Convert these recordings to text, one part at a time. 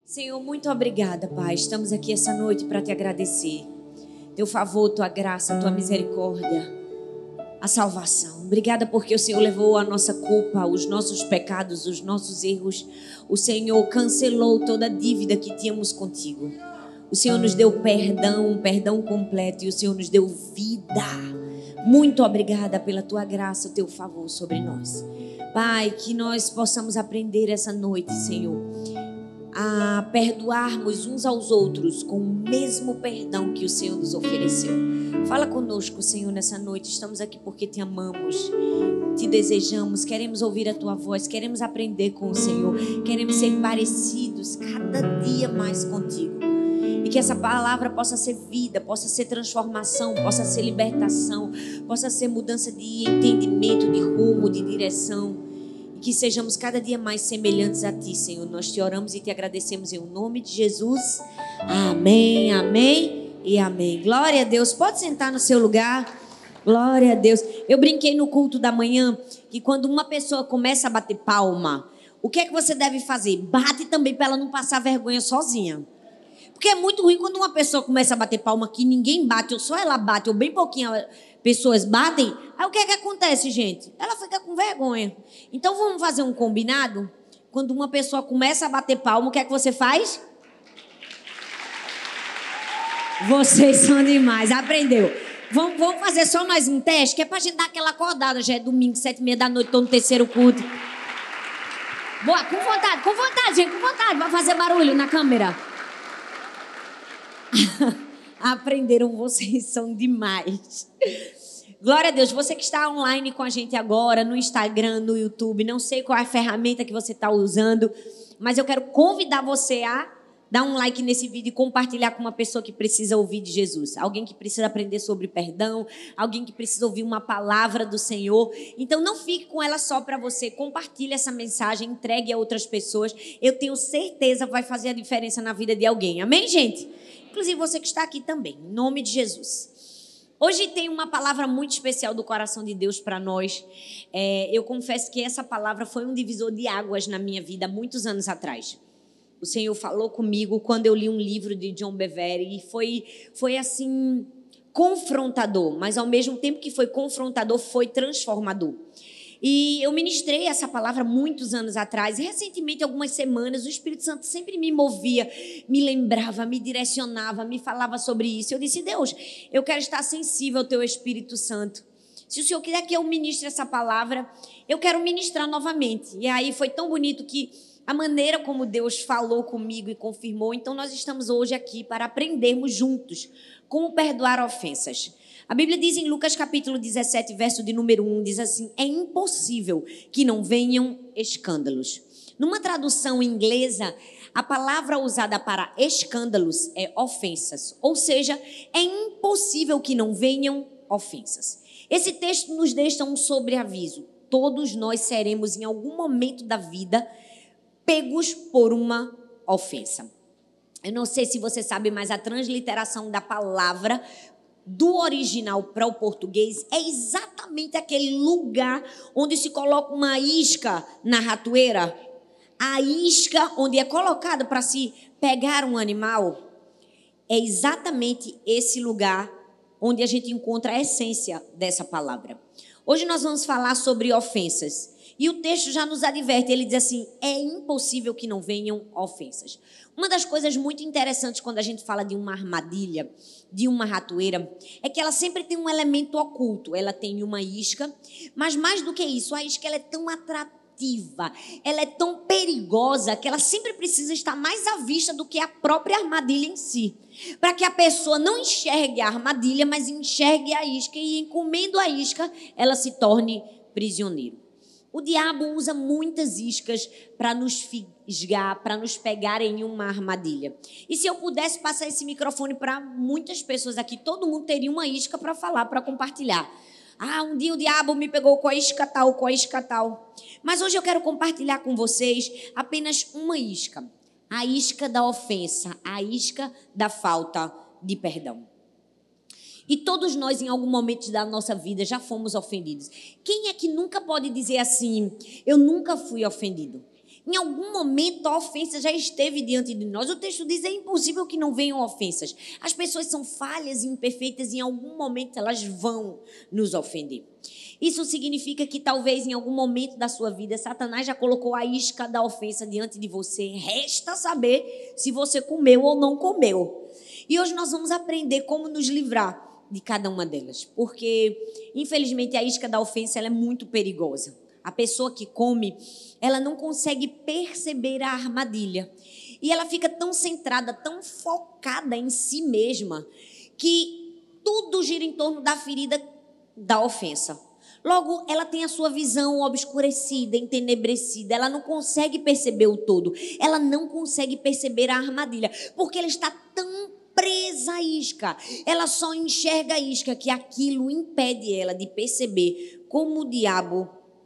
Senhor, muito obrigada, Pai. Estamos aqui essa noite para te agradecer. Teu favor, tua graça, tua misericórdia, a salvação. Obrigada porque o Senhor levou a nossa culpa, os nossos pecados, os nossos erros. O Senhor cancelou toda a dívida que tínhamos contigo. O Senhor nos deu perdão, um perdão completo, e o Senhor nos deu vida. Muito obrigada pela tua graça, o teu favor sobre nós. Pai, que nós possamos aprender essa noite, Senhor, a perdoarmos uns aos outros com o mesmo perdão que o Senhor nos ofereceu. Fala conosco, Senhor, nessa noite. Estamos aqui porque te amamos, te desejamos, queremos ouvir a tua voz, queremos aprender com o Senhor, queremos ser parecidos cada dia mais contigo. E que essa palavra possa ser vida, possa ser transformação, possa ser libertação, possa ser mudança de entendimento, de rumo, de direção. E que sejamos cada dia mais semelhantes a Ti, Senhor. Nós te oramos e te agradecemos em nome de Jesus. Amém, amém e amém. Glória a Deus. Pode sentar no seu lugar. Glória a Deus. Eu brinquei no culto da manhã que quando uma pessoa começa a bater palma, o que é que você deve fazer? Bate também para ela não passar vergonha sozinha. Porque é muito ruim quando uma pessoa começa a bater palma que ninguém bate, ou só ela bate, ou bem pouquinho pessoas batem. Aí o que é que acontece, gente? Ela fica com vergonha. Então vamos fazer um combinado? Quando uma pessoa começa a bater palma, o que é que você faz? Vocês são demais, aprendeu. Vamos fazer só mais um teste, que é pra gente dar aquela acordada. Já é domingo, 7h30 da noite, estou no terceiro culto. Boa, com vontade, gente, com vontade. Vai fazer barulho na câmera. Aprenderam, vocês são demais. Glória a Deus. Você que está online com a gente agora, no Instagram, no YouTube, não sei qual é a ferramenta que você está usando, mas eu quero convidar você a dar um like nesse vídeo e compartilhar com uma pessoa que precisa ouvir de Jesus. Alguém que precisa aprender sobre perdão, alguém que precisa ouvir uma palavra do Senhor. Então não fique com ela só para você. Compartilhe essa mensagem, entregue a outras pessoas. Eu tenho certeza que vai fazer a diferença na vida de alguém. Amém, gente? Inclusive você que está aqui também, em nome de Jesus. Hoje tem uma palavra muito especial do coração de Deus para nós. Eu confesso que essa palavra foi um divisor de águas na minha vida há muitos anos atrás. O Senhor falou comigo quando eu li um livro de John Bevere e foi assim, confrontador, mas ao mesmo tempo que foi confrontador, foi transformador. E eu ministrei essa palavra muitos anos atrás. E recentemente, algumas semanas, o Espírito Santo sempre me movia, me lembrava, me direcionava, me falava sobre isso. Eu disse, Deus, eu quero estar sensível ao Teu Espírito Santo. Se o Senhor quiser que eu ministre essa palavra, eu quero ministrar novamente. E aí foi tão bonito que a maneira como Deus falou comigo e confirmou. Então nós estamos hoje aqui para aprendermos juntos como perdoar ofensas. A Bíblia diz em Lucas capítulo 17, verso de número 1, diz assim, é impossível que não venham escândalos. Numa tradução inglesa, a palavra usada para escândalos é ofensas, ou seja, é impossível que não venham ofensas. Esse texto nos deixa um sobreaviso. Todos nós seremos em algum momento da vida pegos por uma ofensa. Eu não sei se você sabe, mas a transliteração da palavra do original para o português é exatamente aquele lugar onde se coloca uma isca na ratoeira. A isca onde é colocada para se pegar um animal é exatamente esse lugar onde a gente encontra a essência dessa palavra. Hoje nós vamos falar sobre ofensas. E o texto já nos adverte, ele diz assim, é impossível que não venham ofensas. Uma das coisas muito interessantes quando a gente fala de uma armadilha, de uma ratoeira, é que ela sempre tem um elemento oculto. Ela tem uma isca, mas mais do que isso, a isca ela é tão atrativa, ela é tão perigosa, que ela sempre precisa estar mais à vista do que a própria armadilha em si. Para que a pessoa não enxergue a armadilha, mas enxergue a isca e, comendo a isca, ela se torne prisioneiro. O diabo usa muitas iscas para nos fisgar, para nos pegar em uma armadilha. E se eu pudesse passar esse microfone para muitas pessoas aqui, todo mundo teria uma isca para falar, para compartilhar. Ah, um dia o diabo me pegou com a isca tal, com a isca tal. Mas hoje eu quero compartilhar com vocês apenas uma isca. A isca da ofensa, a isca da falta de perdão. E todos nós, em algum momento da nossa vida, já fomos ofendidos. Quem é que nunca pode dizer assim, eu nunca fui ofendido? Em algum momento a ofensa já esteve diante de nós. O texto diz: é impossível que não venham ofensas. As pessoas são falhas e imperfeitas e em algum momento elas vão nos ofender. Isso significa que talvez em algum momento da sua vida Satanás já colocou a isca da ofensa diante de você. Resta saber se você comeu ou não comeu. E hoje nós vamos aprender como nos livrar de cada uma delas. Porque, infelizmente, a isca da ofensa ela é muito perigosa. A pessoa que come, ela não consegue perceber a armadilha. E ela fica tão centrada, tão focada em si mesma, que tudo gira em torno da ferida da ofensa. Logo, ela tem a sua visão obscurecida, entenebrecida. Ela não consegue perceber o todo. Ela não consegue perceber a armadilha, porque ela está tão presa à isca. Ela só enxerga a isca, que aquilo impede ela de perceber como o diabo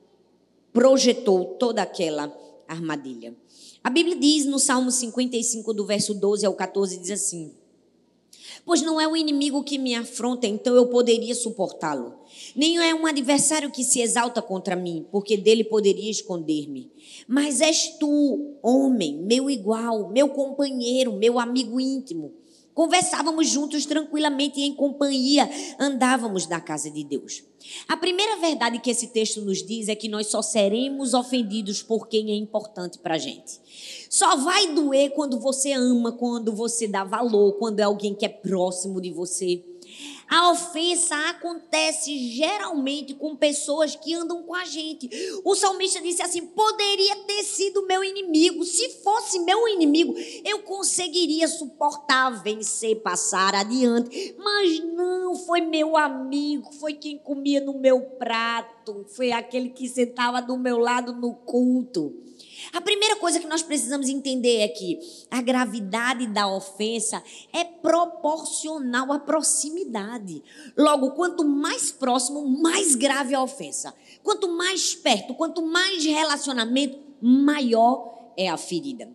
projetou toda aquela armadilha. A Bíblia diz no Salmo 55, do verso 12 ao 14, diz assim: pois não é o inimigo que me afronta, então eu poderia suportá-lo. Nem é um adversário que se exalta contra mim, porque dele poderia esconder-me. Mas és tu, homem, meu igual, meu companheiro, meu amigo íntimo. Conversávamos juntos tranquilamente e em companhia andávamos na casa de Deus. A primeira verdade que esse texto nos diz é que nós só seremos ofendidos por quem é importante para a gente. Só vai doer quando você ama, quando você dá valor, quando é alguém que é próximo de você. A ofensa acontece geralmente com pessoas que andam com a gente. O salmista disse assim: poderia ter sido meu inimigo. Se fosse meu inimigo, eu conseguiria suportar, vencer, passar adiante. Mas não, foi meu amigo, foi quem comia no meu prato, foi aquele que sentava do meu lado no culto. A primeira coisa que nós precisamos entender é que a gravidade da ofensa é proporcional à proximidade. Logo, quanto mais próximo, mais grave a ofensa. Quanto mais perto, quanto mais relacionamento, maior é a ferida.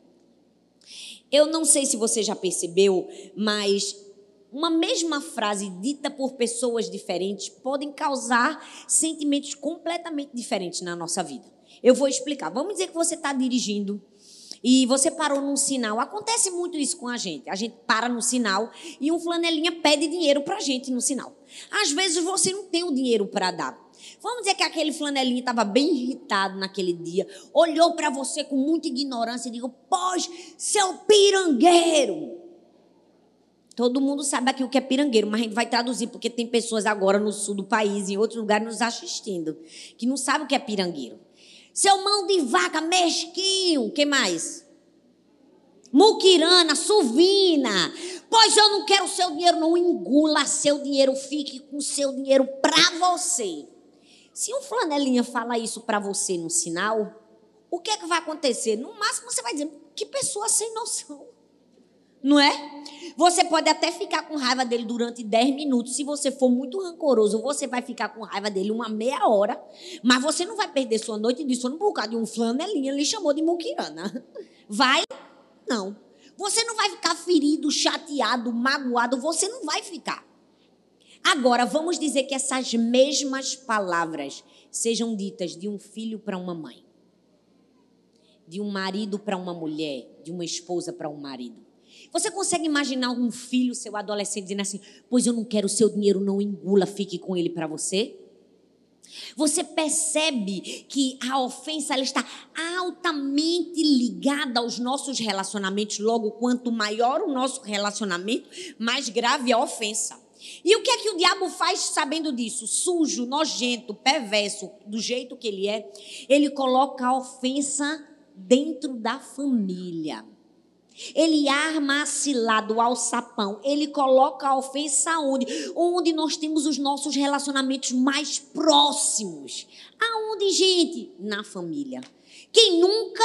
Eu não sei se você já percebeu, mas uma mesma frase dita por pessoas diferentes podem causar sentimentos completamente diferentes na nossa vida. Eu vou explicar. Vamos dizer que você está dirigindo e você parou num sinal. Acontece muito isso com a gente. A gente para no sinal e um flanelinha pede dinheiro para a gente no sinal. Às vezes você não tem o dinheiro para dar. Vamos dizer que aquele flanelinha estava bem irritado naquele dia, olhou para você com muita ignorância e disse: pois, seu pirangueiro. Todo mundo sabe aqui o que é pirangueiro, mas a gente vai traduzir, porque tem pessoas agora no sul do país, em outros lugares nos assistindo, que não sabem o que é pirangueiro. Seu mão de vaca, mesquinho, o que mais? Muquirana, suvina. Pois eu não quero seu dinheiro, não engula seu dinheiro, fique com seu dinheiro para você. Se um flanelinha fala isso para você no sinal, o que é que vai acontecer? No máximo você vai dizer: que pessoa sem noção. Não é? Você pode até ficar com raiva dele durante 10 minutos. Se você for muito rancoroso, você vai ficar com raiva dele uma meia hora. Mas você não vai perder sua noite de sono por causa de um flanelinha. Ele chamou de muquirana. Vai? Não. Você não vai ficar ferido, chateado, magoado. Você não vai ficar. Agora, vamos dizer que essas mesmas palavras sejam ditas de um filho para uma mãe, de um marido para uma mulher, de uma esposa para um marido. Você consegue imaginar um filho, seu adolescente, dizendo assim: pois eu não quero o seu dinheiro, não engula, fique com ele para você? Você percebe que a ofensa ela está altamente ligada aos nossos relacionamentos. Logo, quanto maior o nosso relacionamento, mais grave a ofensa. E o que é que o diabo faz sabendo disso? Sujo, nojento, perverso, do jeito que ele é, ele coloca a ofensa dentro da família. Ele arma a cilada, o alçapão. Ele coloca a ofensa onde? Onde nós temos os nossos relacionamentos mais próximos. Aonde, gente? Na família. Quem nunca...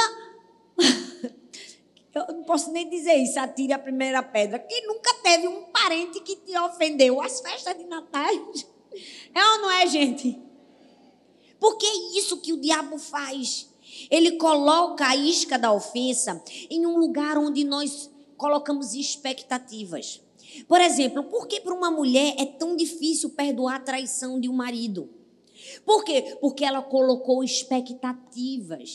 Eu não posso nem dizer isso, atire a primeira pedra. Quem nunca teve um parente que te ofendeu? As festas de Natal. É ou não é, gente? Porque é isso que o diabo faz. Ele coloca a isca da ofensa em um lugar onde nós colocamos expectativas. Por exemplo, por que para uma mulher é tão difícil perdoar a traição de um marido? Por quê? Porque ela colocou expectativas.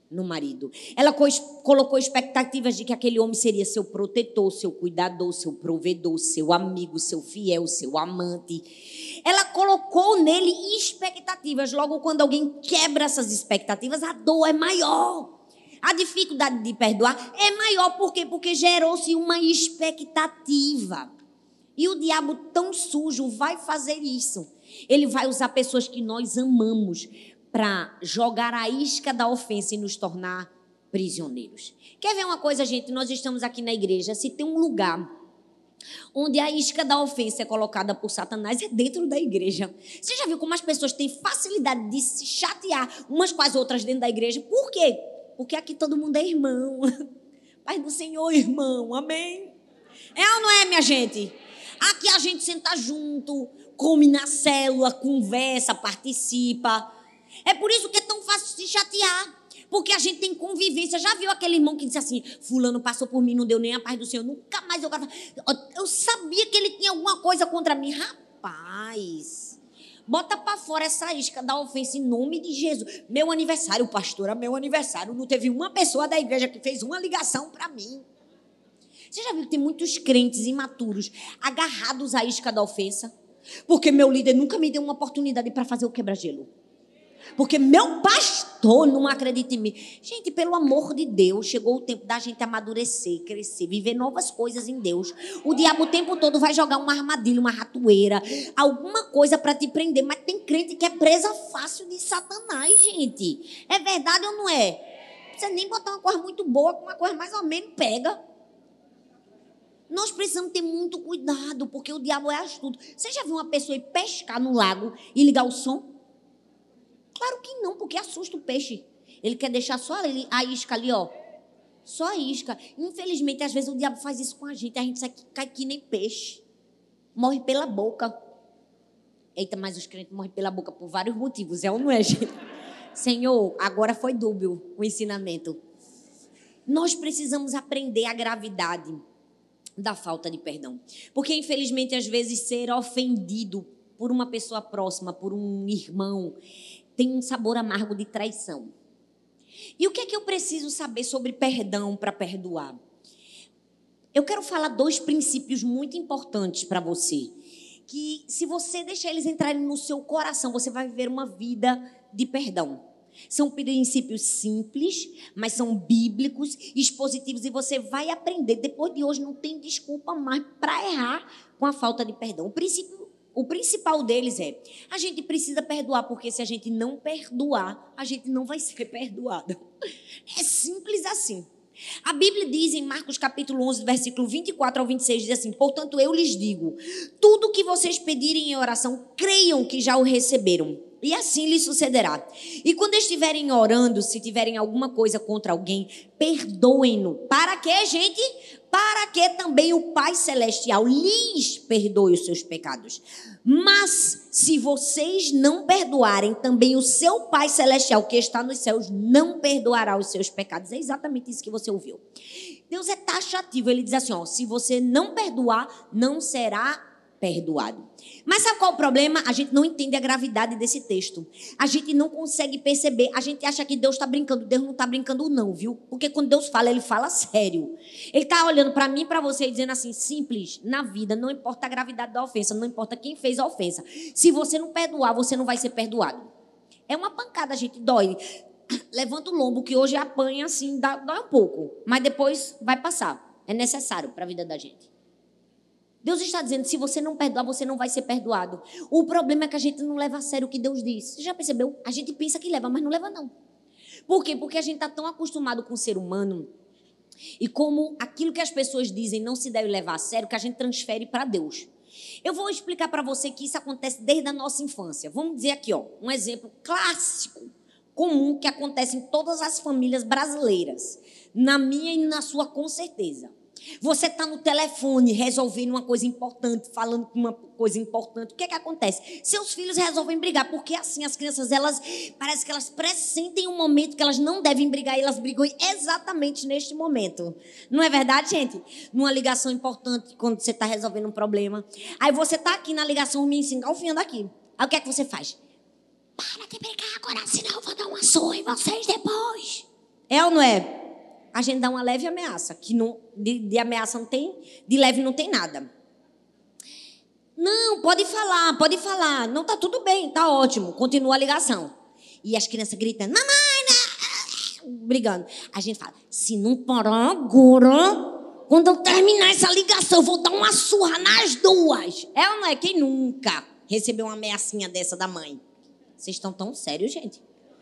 no marido. Ela colocou expectativas de que aquele homem seria seu protetor, seu cuidador, seu provedor, seu amigo, seu fiel, seu amante. Ela colocou nele expectativas. Logo, quando alguém quebra essas expectativas, a dor é maior. A dificuldade de perdoar é maior. Por quê? Porque gerou-se uma expectativa. E o diabo tão sujo vai fazer isso. Ele vai usar pessoas que nós amamos para jogar a isca da ofensa e nos tornar prisioneiros. Quer ver uma coisa, gente? Nós estamos aqui na igreja. Se tem um lugar onde a isca da ofensa é colocada por Satanás, é dentro da igreja. Você já viu como as pessoas têm facilidade de se chatear umas com as outras dentro da igreja? Por quê? Porque aqui todo mundo é irmão. Paz do Senhor, irmão. Amém? É ou não é, minha gente? Aqui a gente senta junto, come na célula, conversa, participa. É por isso que é tão fácil se chatear. Porque a gente tem convivência. Já viu aquele irmão que disse assim: fulano passou por mim, não deu nem a paz do Senhor, nunca mais eu sabia que ele tinha alguma coisa contra mim. Rapaz, bota para fora essa isca da ofensa em nome de Jesus. Meu aniversário, pastora, meu aniversário, não teve uma pessoa da igreja que fez uma ligação para mim. Você já viu que tem muitos crentes imaturos agarrados à isca da ofensa? Porque meu líder nunca me deu uma oportunidade para fazer o quebra-gelo. Porque meu pastor não acredita em mim. Gente, pelo amor de Deus, chegou o tempo da gente amadurecer, crescer, viver novas coisas em Deus. O diabo o tempo todo vai jogar uma armadilha, uma ratoeira, alguma coisa para te prender. Mas tem crente que é presa fácil de Satanás, gente. É verdade ou não é? Não precisa nem botar uma coisa muito boa, com uma coisa mais ou menos pega. Nós precisamos ter muito cuidado, porque o diabo é astuto. Você já viu uma pessoa ir pescar no lago e ligar o som? Claro que não, porque assusta o peixe. Ele quer deixar só a isca ali, ó. Só a isca. Infelizmente, às vezes o diabo faz isso com a gente cai que nem peixe. Morre pela boca. Eita, mas os crentes morrem pela boca por vários motivos, é ou não é, gente? Senhor, agora foi dúbio o ensinamento. Nós precisamos aprender a gravidade da falta de perdão. Porque, infelizmente, às vezes ser ofendido por uma pessoa próxima, por um irmão, tem um sabor amargo de traição. E o que é que eu preciso saber sobre perdão para perdoar? Eu quero falar 2 princípios muito importantes para você, que se você deixar eles entrarem no seu coração, você vai viver uma vida de perdão. São princípios simples, mas são bíblicos, expositivos, e você vai aprender. Depois de hoje não tem desculpa mais para errar com a falta de perdão. O principal deles é: a gente precisa perdoar, porque se a gente não perdoar, a gente não vai ser perdoado. É simples assim. A Bíblia diz em Marcos capítulo 11, versículo 24 ao 26, diz assim: portanto eu lhes digo, tudo que vocês pedirem em oração, creiam que já o receberam, e assim lhes sucederá. E quando estiverem orando, se tiverem alguma coisa contra alguém, perdoem-no. Para quê, gente? Para que também o Pai Celestial lhes perdoe os seus pecados. Mas se vocês não perdoarem, também o seu Pai Celestial que está nos céus não perdoará os seus pecados. É exatamente isso que você ouviu. Deus é taxativo, ele diz assim, ó: se você não perdoar, não será perdoado. Mas sabe qual é o problema? A gente não entende a gravidade desse texto. A gente não consegue perceber. A gente acha que Deus está brincando. Deus não está brincando não, viu? Porque quando Deus fala, Ele fala sério. Ele está olhando para mim e para você e dizendo assim: simples, na vida, não importa a gravidade da ofensa, não importa quem fez a ofensa. Se você não perdoar, você não vai ser perdoado. É uma pancada, gente, dói. Levanta o lombo, que hoje apanha assim, dói um pouco. Mas depois vai passar. É necessário para a vida da gente. Deus está dizendo: se você não perdoar, você não vai ser perdoado. O problema é que a gente não leva a sério o que Deus diz. Você já percebeu? A gente pensa que leva, mas não leva não. Por quê? Porque a gente está tão acostumado com o ser humano, e como aquilo que as pessoas dizem não se deve levar a sério, que a gente transfere para Deus. Eu vou explicar para você que isso acontece desde a nossa infância. Vamos dizer aqui, ó, um exemplo clássico, comum, que acontece em todas as famílias brasileiras. Na minha e na sua, com certeza. Você está no telefone resolvendo uma coisa importante, falando com uma coisa importante. O que é que acontece? Seus filhos resolvem brigar, porque assim as crianças, parece que elas pressentem um momento que elas não devem brigar, e elas brigam exatamente neste momento. Não é verdade, gente? Numa ligação importante, quando você está resolvendo um problema. Aí você está aqui na ligação, me engalfinhando aqui. Aí o que é que você faz? Para de brigar agora, senão eu vou dar uma surra em vocês depois. É ou não é? A gente dá uma leve ameaça, que não, de ameaça não tem, de leve não tem nada. Não, pode falar. Não, tá tudo bem, tá ótimo. Continua a ligação. E as crianças gritando, mamãe, não! Brigando. A gente fala, se não parar agora, quando eu terminar essa ligação, eu vou dar uma surra nas duas. É ou não é? Quem nunca recebeu uma ameaçinha dessa da mãe? Vocês estão tão sérios, gente?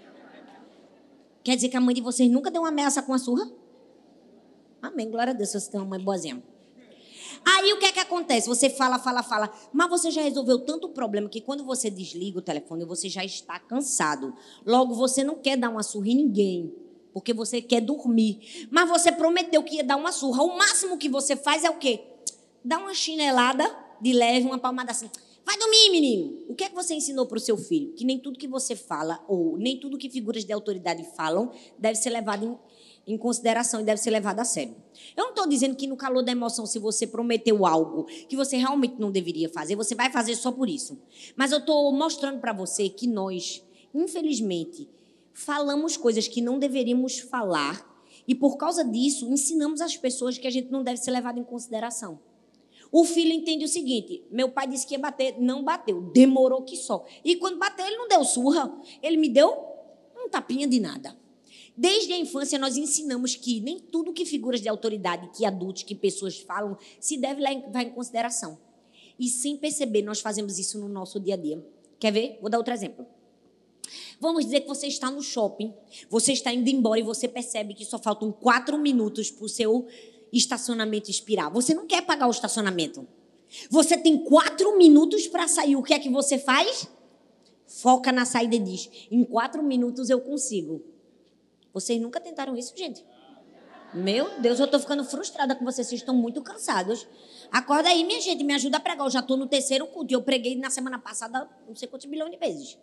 Quer dizer que a mãe de vocês nunca deu uma ameaça com a surra? Amém, glória a Deus, se você tem uma mãe boazinha. Aí o que é que acontece? Você fala, mas você já resolveu tanto problema que quando você desliga o telefone, você já está cansado. Logo, você não quer dar uma surra em ninguém, porque você quer dormir. Mas você prometeu que ia dar uma surra. O máximo que você faz é o quê? Dá uma chinelada de leve, uma palmada assim. Vai dormir, menino. O que é que você ensinou para o seu filho? Que nem tudo que você fala, ou nem tudo que figuras de autoridade falam, deve ser levado em consideração e deve ser levado a sério. Eu não estou dizendo que no calor da emoção, se você prometeu algo que você realmente não deveria fazer, você vai fazer só por isso. Mas eu estou mostrando para você que nós, infelizmente, falamos coisas que não deveríamos falar e, por causa disso, ensinamos as pessoas que a gente não deve ser levado em consideração. O filho entende o seguinte, meu pai disse que ia bater, não bateu, demorou que só. E quando bateu, ele não deu surra, ele me deu um tapinha de nada. Desde a infância, nós ensinamos que nem tudo que figuras de autoridade, que adultos, que pessoas falam, se deve levar em consideração. E sem perceber, nós fazemos isso no nosso dia a dia. Quer ver? Vou dar outro exemplo. Vamos dizer que você está no shopping, você está indo embora e você percebe que só faltam 4 minutos para o seu estacionamento expirar. Você não quer pagar o estacionamento. Você tem 4 minutos para sair. O que é que você faz? Foca na saída e diz, em 4 minutos eu consigo. Vocês nunca tentaram isso, gente? Meu Deus, eu estou ficando frustrada com vocês. Vocês estão muito cansados. Acorda aí, minha gente, me ajuda a pregar. Eu já estou no 3º culto. Eu preguei na semana passada não sei quantos bilhões de vezes.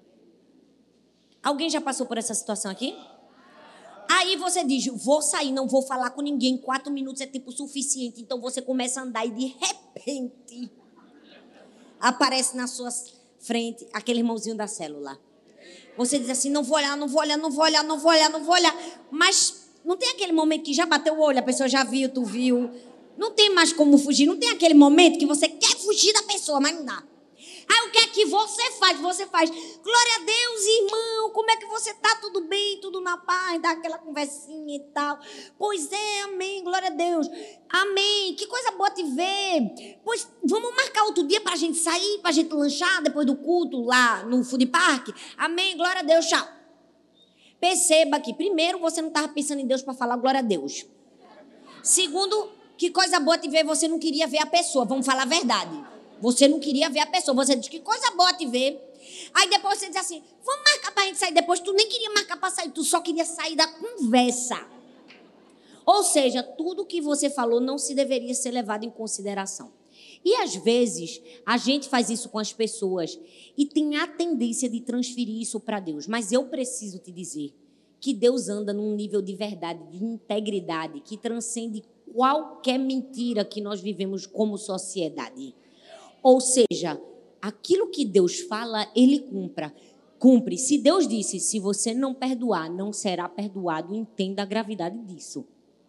Alguém já passou por essa situação aqui? Aí você diz, vou sair, não vou falar com ninguém. 4 minutos é tempo suficiente. Então você começa a andar e de repente aparece na sua frente aquele irmãozinho da célula. Você diz assim, não vou olhar. Mas não tem aquele momento que já bateu o olho, a pessoa já viu, tu viu. Não tem mais como fugir. Não tem aquele momento que você quer fugir da pessoa, mas não dá. Aí o que é que você faz? Você faz, glória a Deus, irmão, como é que você está? Tudo bem, tudo na paz, dá aquela conversinha e tal. Pois é, amém, glória a Deus. Amém, que coisa boa te ver. Pois vamos marcar outro dia para a gente sair, para a gente lanchar depois do culto lá no food park. Amém, glória a Deus, tchau. Perceba que, primeiro, você não estava pensando em Deus para falar glória a Deus. Segundo, que coisa boa te ver, você não queria ver a pessoa, vamos falar a verdade. Você não queria ver a pessoa. Você diz, que coisa boa te ver. Aí depois você diz assim, vamos marcar para a gente sair depois. Tu nem queria marcar para sair, tu só queria sair da conversa. Ou seja, tudo que você falou não se deveria ser levado em consideração. E às vezes, a gente faz isso com as pessoas e tem a tendência de transferir isso para Deus. Mas eu preciso te dizer que Deus anda num nível de verdade, de integridade, que transcende qualquer mentira que nós vivemos como sociedade. Ou seja, aquilo que Deus fala, Ele cumpre. Se Deus disse, se você não perdoar, não será perdoado, entenda a gravidade disso.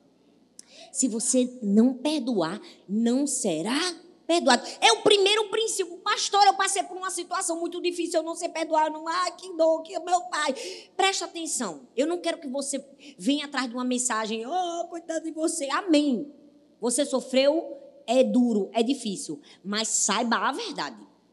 Se você não perdoar, não será perdoado. É o primeiro princípio. Pastor, eu passei por uma situação muito difícil, eu não sei perdoar. Não, que dor, que meu pai. Presta atenção. Eu não quero que você venha atrás de uma mensagem, coitado de você. Amém. Você sofreu, é duro, é difícil, mas saiba a verdade.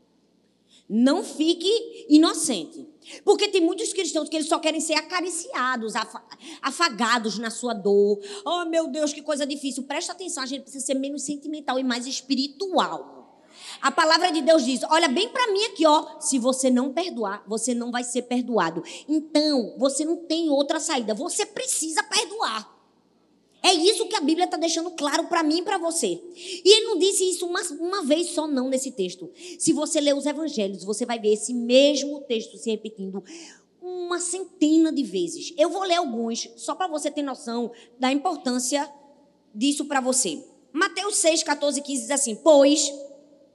Não fique inocente. Porque tem muitos cristãos que eles só querem ser acariciados, afagados na sua dor. Oh, meu Deus, que coisa difícil. Presta atenção, a gente precisa ser menos sentimental e mais espiritual. A palavra de Deus diz, olha bem para mim aqui, ó. Se você não perdoar, você não vai ser perdoado. Então, você não tem outra saída. Você precisa perdoar. É isso que a Bíblia está deixando claro para mim e para você. E ele não disse isso uma vez só não nesse texto. Se você ler os evangelhos, você vai ver esse mesmo texto se repetindo uma centena de vezes. Eu vou ler alguns, só para você ter noção da importância disso para você. Mateus 6, 14 e 15 diz assim, pois,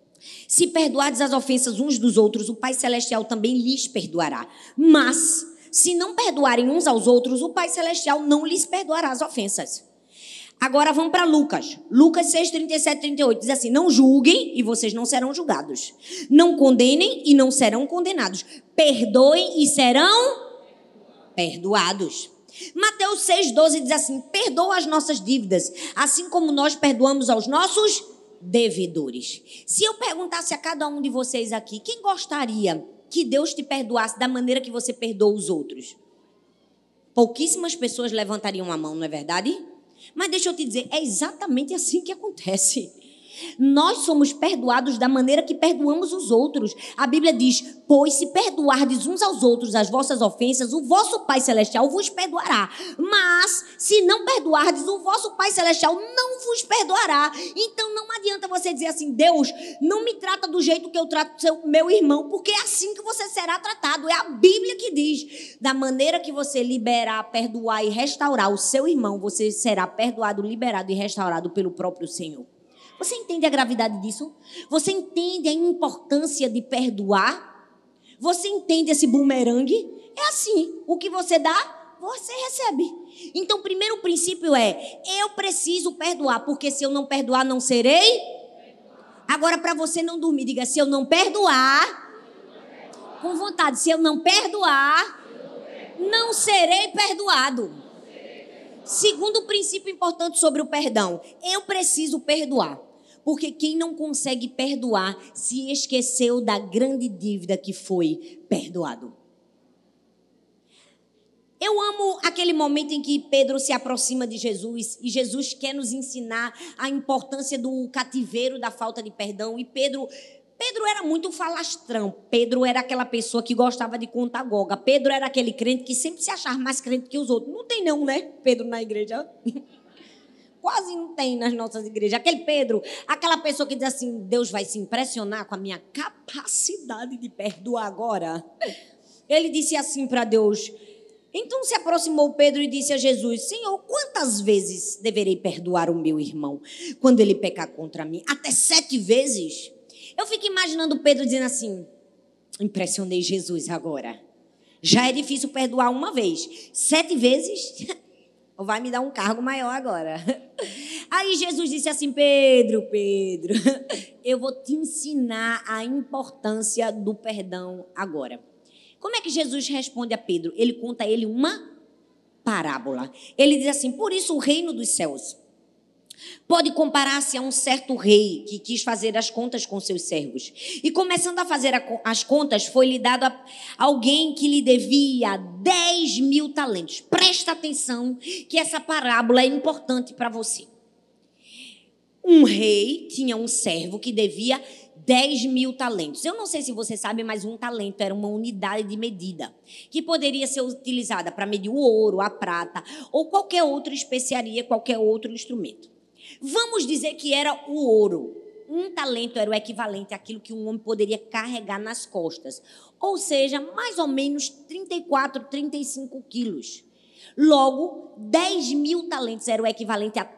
se perdoardes as ofensas uns dos outros, o Pai Celestial também lhes perdoará. Mas, se não perdoarem uns aos outros, o Pai Celestial não lhes perdoará as ofensas. Agora vamos para Lucas. Lucas 6, 37, 38. Diz assim: não julguem e vocês não serão julgados. Não condenem e não serão condenados. Perdoem e serão perdoados. Mateus 6, 12 diz assim: perdoa as nossas dívidas, assim como nós perdoamos aos nossos devedores. Se eu perguntasse a cada um de vocês aqui, quem gostaria que Deus te perdoasse da maneira que você perdoa os outros? Pouquíssimas pessoas levantariam a mão, não é verdade? Mas deixa eu te dizer, é exatamente assim que acontece. Nós somos perdoados da maneira que perdoamos os outros. A Bíblia diz: pois se perdoardes uns aos outros as vossas ofensas, o vosso Pai Celestial vos perdoará. Mas se não perdoardes, o vosso Pai Celestial não vos perdoará. Então não adianta você dizer assim: Deus, não me trata do jeito que eu trato meu irmão, porque é assim que você será tratado. É a Bíblia que diz: da maneira que você liberar, perdoar e restaurar o seu irmão, você será perdoado, liberado e restaurado pelo próprio Senhor. Você entende a gravidade disso? Você entende a importância de perdoar? Você entende esse bumerangue? É assim, o que você dá, você recebe. Então, o primeiro princípio é: eu preciso perdoar, porque se eu não perdoar, não serei. Agora, para você não dormir, diga: se eu não perdoar, com vontade, se eu não perdoar, não serei perdoado. Segundo princípio importante sobre o perdão: eu preciso perdoar. Porque quem não consegue perdoar se esqueceu da grande dívida que foi perdoado. Eu amo aquele momento em que Pedro se aproxima de Jesus e Jesus quer nos ensinar a importância do cativeiro da falta de perdão. E Pedro era muito falastrão. Pedro era aquela pessoa que gostava de contar goga. Pedro era aquele crente que sempre se achava mais crente que os outros. Não tem não, né? Pedro na igreja. Quase não tem nas nossas igrejas. Aquele Pedro, aquela pessoa que diz assim: Deus vai se impressionar com a minha capacidade de perdoar agora. Ele disse assim para Deus. Então se aproximou Pedro e disse a Jesus: Senhor, quantas vezes deverei perdoar o meu irmão quando ele pecar contra mim? Até 7 vezes? Eu fico imaginando Pedro dizendo assim: impressionei Jesus agora. Já é difícil perdoar uma vez. 7 vezes? Vai me dar um cargo maior agora. Aí Jesus disse assim: Pedro, eu vou te ensinar a importância do perdão agora. Como é que Jesus responde a Pedro? Ele conta a ele uma parábola. Ele diz assim: por isso o reino dos céus pode comparar-se a um certo rei que quis fazer as contas com seus servos. E começando a fazer as contas, foi-lhe dado a alguém que lhe devia 10.000 talentos. Presta atenção que essa parábola é importante para você. Um rei tinha um servo que devia 10.000 talentos. Eu não sei se você sabe, mas um talento era uma unidade de medida que poderia ser utilizada para medir o ouro, a prata ou qualquer outra especiaria, qualquer outro instrumento. Vamos dizer que era o ouro. Um talento era o equivalente àquilo que um homem poderia carregar nas costas. Ou seja, mais ou menos 34, 35 quilos. Logo, 10.000 talentos era o equivalente a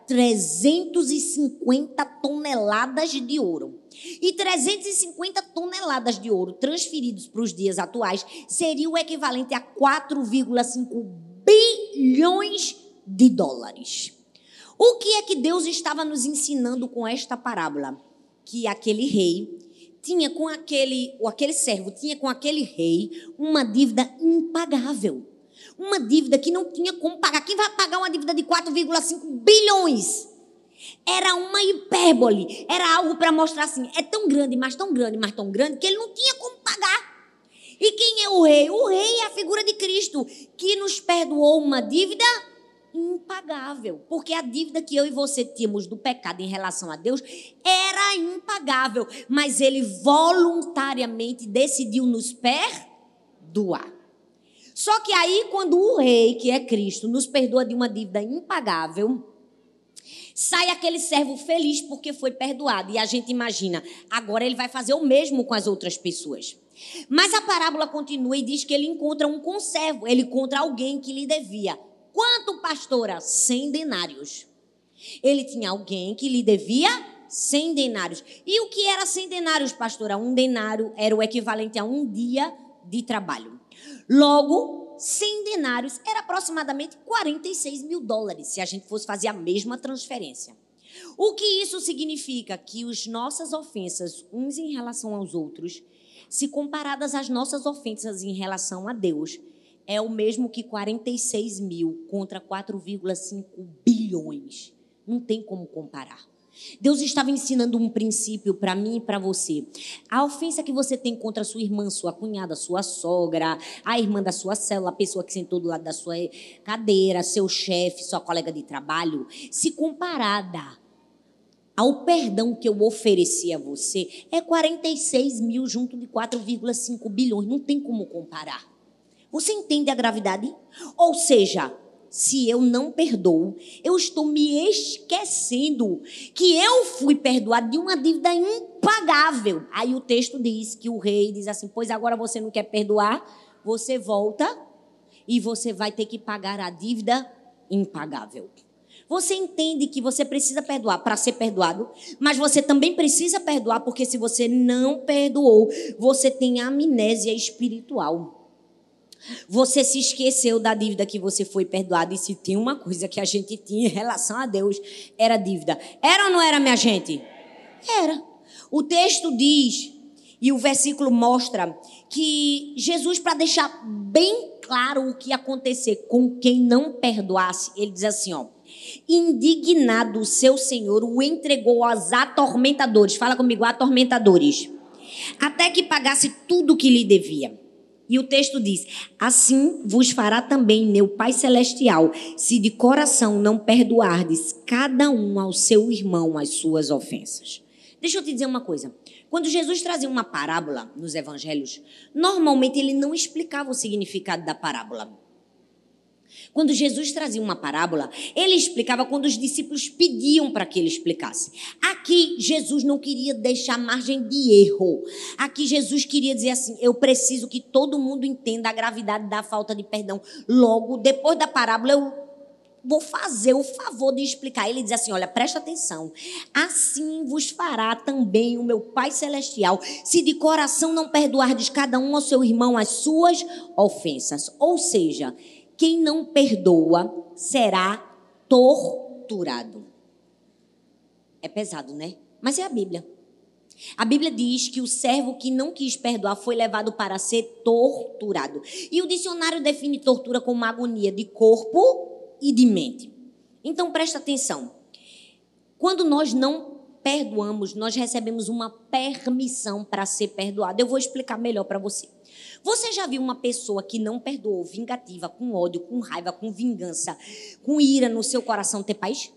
350 toneladas de ouro. E 350 toneladas de ouro transferidos para os dias atuais seria o equivalente a 4,5 bilhões de dólares. O que é que Deus estava nos ensinando com esta parábola? Que aquele rei tinha com aquele servo tinha com aquele rei uma dívida impagável. Uma dívida que não tinha como pagar. Quem vai pagar uma dívida de 4,5 bilhões? Era uma hipérbole. Era algo para mostrar assim: é tão grande, mas tão grande, mas tão grande, que ele não tinha como pagar. E quem é o rei? O rei é a figura de Cristo, que nos perdoou uma dívida impagável. Porque a dívida que eu e você tínhamos do pecado em relação a Deus era impagável. Mas ele voluntariamente decidiu nos perdoar. Só que aí, quando o rei, que é Cristo, nos perdoa de uma dívida impagável, sai aquele servo feliz porque foi perdoado. E a gente imagina: agora ele vai fazer o mesmo com as outras pessoas. Mas a parábola continua e diz que ele encontra um conservo. Ele encontra alguém que lhe devia. Quanto, pastora? 100 denários. Ele tinha alguém que lhe devia 100 denários. E o que era 100 denários, pastora? Um denário era o equivalente a um dia de trabalho. Logo, 100 denários era aproximadamente 46 mil dólares, se a gente fosse fazer a mesma transferência. O que isso significa? Que as nossas ofensas uns em relação aos outros, se comparadas às nossas ofensas em relação a Deus, é o mesmo que 46 mil contra 4,5 bilhões. Não tem como comparar. Deus estava ensinando um princípio para mim e para você. A ofensa que você tem contra a sua irmã, sua cunhada, sua sogra, a irmã da sua célula, a pessoa que sentou do lado da sua cadeira, seu chefe, sua colega de trabalho, se comparada ao perdão que eu ofereci a você, é 46 mil junto de 4,5 bilhões. Não tem como comparar. Você entende a gravidade? Ou seja, se eu não perdoo, eu estou me esquecendo que eu fui perdoado de uma dívida impagável. Aí o texto diz que o rei diz assim, pois agora você não quer perdoar, você volta e você vai ter que pagar a dívida impagável. Você entende que você precisa perdoar para ser perdoado, mas você também precisa perdoar porque se você não perdoou, você tem amnésia espiritual. Você se esqueceu da dívida que você foi perdoado. E se tem uma coisa que a gente tinha em relação a Deus, era dívida. Era ou não era, minha gente? Era. O texto diz, e o versículo mostra, que Jesus, para deixar bem claro o que ia acontecer com quem não perdoasse, ele diz assim, ó, indignado o seu Senhor o entregou aos atormentadores. Fala comigo, atormentadores. Até que pagasse tudo o que lhe devia. E o texto diz, assim vos fará também meu Pai Celestial, se de coração não perdoardes cada um ao seu irmão as suas ofensas. Deixa eu te dizer uma coisa. Quando Jesus trazia uma parábola nos evangelhos, normalmente ele não explicava o significado da parábola. Quando Jesus trazia uma parábola, ele explicava quando os discípulos pediam para que ele explicasse. Aqui, Jesus não queria deixar margem de erro. Aqui, Jesus queria dizer assim, eu preciso que todo mundo entenda a gravidade da falta de perdão. Logo, depois da parábola, eu vou fazer o favor de explicar. Ele diz assim, olha, presta atenção. Assim vos fará também o meu Pai Celestial, se de coração não perdoardes cada um ao seu irmão as suas ofensas. Ou seja, quem não perdoa será torturado. É pesado, né? Mas é a Bíblia. A Bíblia diz que o servo que não quis perdoar foi levado para ser torturado. E o dicionário define tortura como uma agonia de corpo e de mente. Então presta atenção. Quando nós não perdoamos, nós recebemos uma permissão para ser perdoado. Eu vou explicar melhor para você. Você já viu uma pessoa que não perdoou, vingativa, com ódio, com raiva, com vingança, com ira no seu coração ter paz?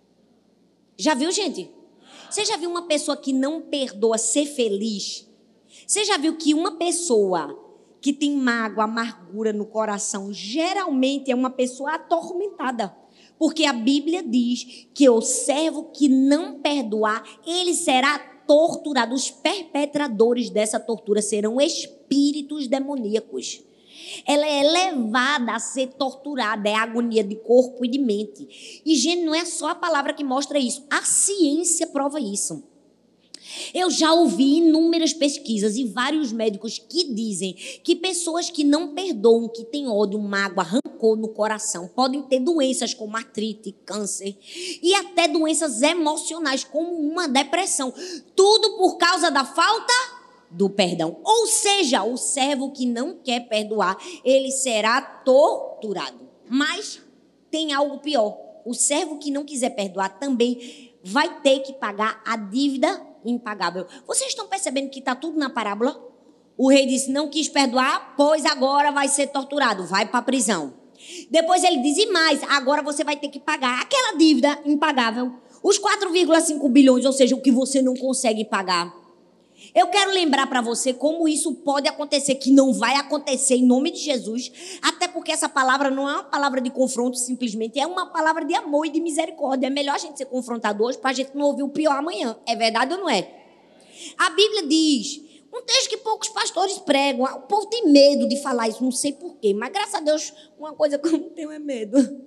Já viu, gente? Você já viu uma pessoa que não perdoa ser feliz? Você já viu que uma pessoa que tem mágoa, amargura no coração, geralmente é uma pessoa atormentada? Porque a Bíblia diz que o servo que não perdoar, ele será torturado. Os perpetradores dessa tortura serão espíritos demoníacos. Ela é levada a ser torturada, é agonia de corpo e de mente. E, gente, não é só a palavra que mostra isso, a ciência prova isso. Eu já ouvi inúmeras pesquisas e vários médicos que dizem que pessoas que não perdoam, que têm ódio, mágoa, rancor no coração, podem ter doenças como artrite, câncer e até doenças emocionais como uma depressão. Tudo por causa da falta do perdão. Ou seja, o servo que não quer perdoar, ele será torturado. Mas tem algo pior. O servo que não quiser perdoar também vai ter que pagar a dívida impagável. Vocês estão percebendo que está tudo na parábola? O rei disse, não quis perdoar, pois agora vai ser torturado, vai para a prisão. Depois ele diz, e mais, agora você vai ter que pagar aquela dívida impagável. Os 4,5 bilhões, ou seja, o que você não consegue pagar. Eu quero lembrar para você como isso pode acontecer, que não vai acontecer em nome de Jesus, até porque essa palavra não é uma palavra de confronto simplesmente, é uma palavra de amor e de misericórdia. É melhor a gente ser confrontado hoje para a gente não ouvir o pior amanhã. É verdade ou não é? A Bíblia diz, um texto que poucos pastores pregam, o povo tem medo de falar isso, não sei porquê, mas graças a Deus, uma coisa que eu não tenho é medo.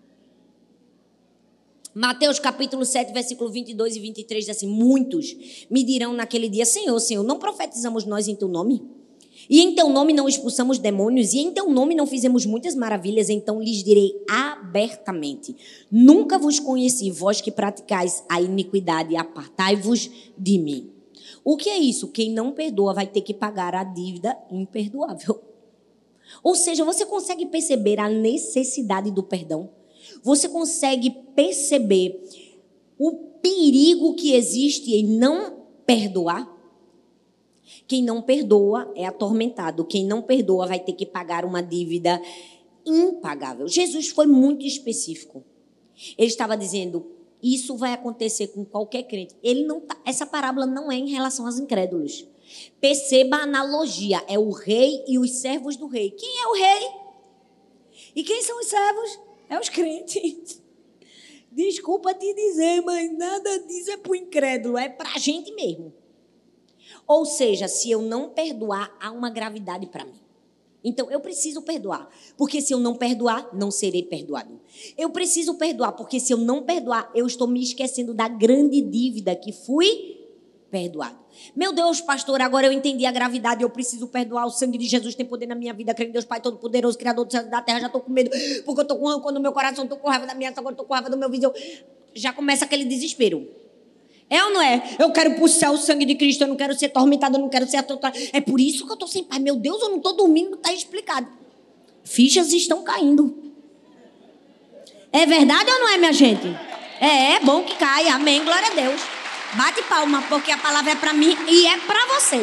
Mateus capítulo 7, versículo 22 e 23 diz assim, muitos me dirão naquele dia, Senhor, Senhor, não profetizamos nós em teu nome? E em teu nome não expulsamos demônios, e em teu nome não fizemos muitas maravilhas, então lhes direi abertamente: nunca vos conheci, vós que praticais a iniquidade, apartai-vos de mim. O que é isso? Quem não perdoa vai ter que pagar a dívida imperdoável. Ou seja, você consegue perceber a necessidade do perdão? Você consegue perceber o perigo que existe em não perdoar? Quem não perdoa é atormentado. Quem não perdoa vai ter que pagar uma dívida impagável. Jesus foi muito específico. Ele estava dizendo: isso vai acontecer com qualquer crente. Essa parábola não é em relação aos incrédulos. Perceba a analogia. É o rei e os servos do rei. Quem é o rei? E quem são os servos? É os crentes. Desculpa te dizer, mas nada disso é para o incrédulo. É para a gente mesmo. Ou seja, se eu não perdoar, há uma gravidade para mim. Então, eu preciso perdoar. Porque se eu não perdoar, não serei perdoado. Eu preciso perdoar, porque se eu não perdoar, eu estou me esquecendo da grande dívida que fui perdoado. Meu Deus, pastor, agora eu entendi a gravidade. Eu preciso perdoar. O sangue de Jesus tem poder na minha vida. Creio em Deus Pai Todo-Poderoso, Criador do céu e da terra. Já estou com medo, porque eu estou com rancor no meu coração. Estou com raiva da minha sogra, estou com raiva do meu vizinho. Já começa aquele desespero. É ou não é? Eu quero pro céu o sangue de Cristo, eu não quero ser atormentada, eu não quero ser atormentada. É por isso que eu estou sem paz. Meu Deus, eu não estou dormindo, está explicado. Fichas estão caindo. É verdade ou não é, minha gente? É bom que caia. Amém, glória a Deus. Bate palma, porque a palavra é para mim e é para você.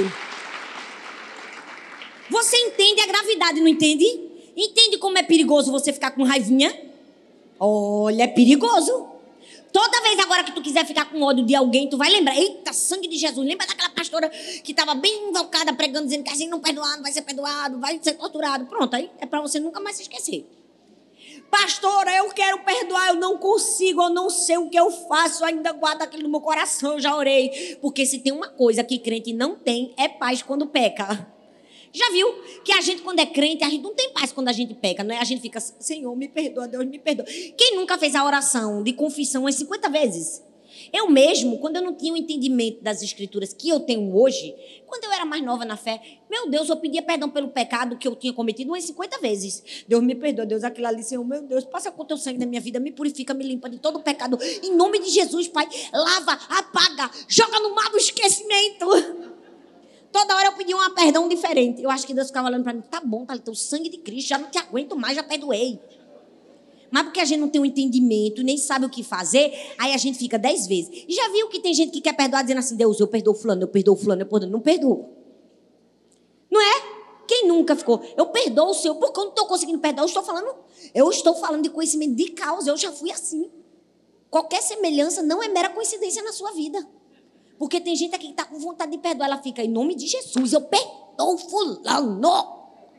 Você entende a gravidade, não entende? Entende como é perigoso você ficar com raivinha? Olha, é perigoso. Toda vez agora que tu quiser ficar com ódio de alguém, tu vai lembrar: eita, sangue de Jesus. Lembra daquela pastora que estava bem invocada pregando, dizendo que assim não perdoar, não vai ser perdoado, vai ser torturado. Pronto, aí é para você nunca mais se esquecer. Pastora, eu quero perdoar, eu não consigo, eu não sei o que eu faço, eu ainda guardo aquilo no meu coração, eu já orei. Porque se tem uma coisa que crente não tem, é paz quando peca. Já viu que a gente, quando é crente, a gente não tem paz quando a gente peca, não é? A gente fica: Senhor, me perdoa, Deus, me perdoa. Quem nunca fez a oração de confissão umas 50 vezes? Eu mesmo, quando eu não tinha o entendimento das escrituras que eu tenho hoje, quando eu era mais nova na fé, meu Deus, eu pedia perdão pelo pecado que eu tinha cometido umas 50 vezes. Deus, me perdoa, Deus, aquilo ali, Senhor, meu Deus, passa com o teu sangue na minha vida, me purifica, me limpa de todo o pecado. Em nome de Jesus, Pai, lava, apaga, joga no mar do esquecimento. Toda hora eu pedia um perdão diferente. Eu acho que Deus ficava olhando para mim: tá bom, tá, o sangue de Cristo, já não te aguento mais, já perdoei. Mas porque a gente não tem um entendimento, nem sabe o que fazer, aí a gente fica 10 vezes. E já viu que tem gente que quer perdoar dizendo assim: Deus, eu perdoo fulano, eu perdoo fulano, eu perdoo. Não perdoa. Não é? Quem nunca ficou? Eu perdoo o Senhor, porque eu não estou conseguindo perdoar. Eu estou falando de conhecimento de causa, eu já fui assim. Qualquer semelhança não é mera coincidência na sua vida. Porque tem gente aqui que está com vontade de perdoar. Ela fica: em nome de Jesus, eu perdoo fulano.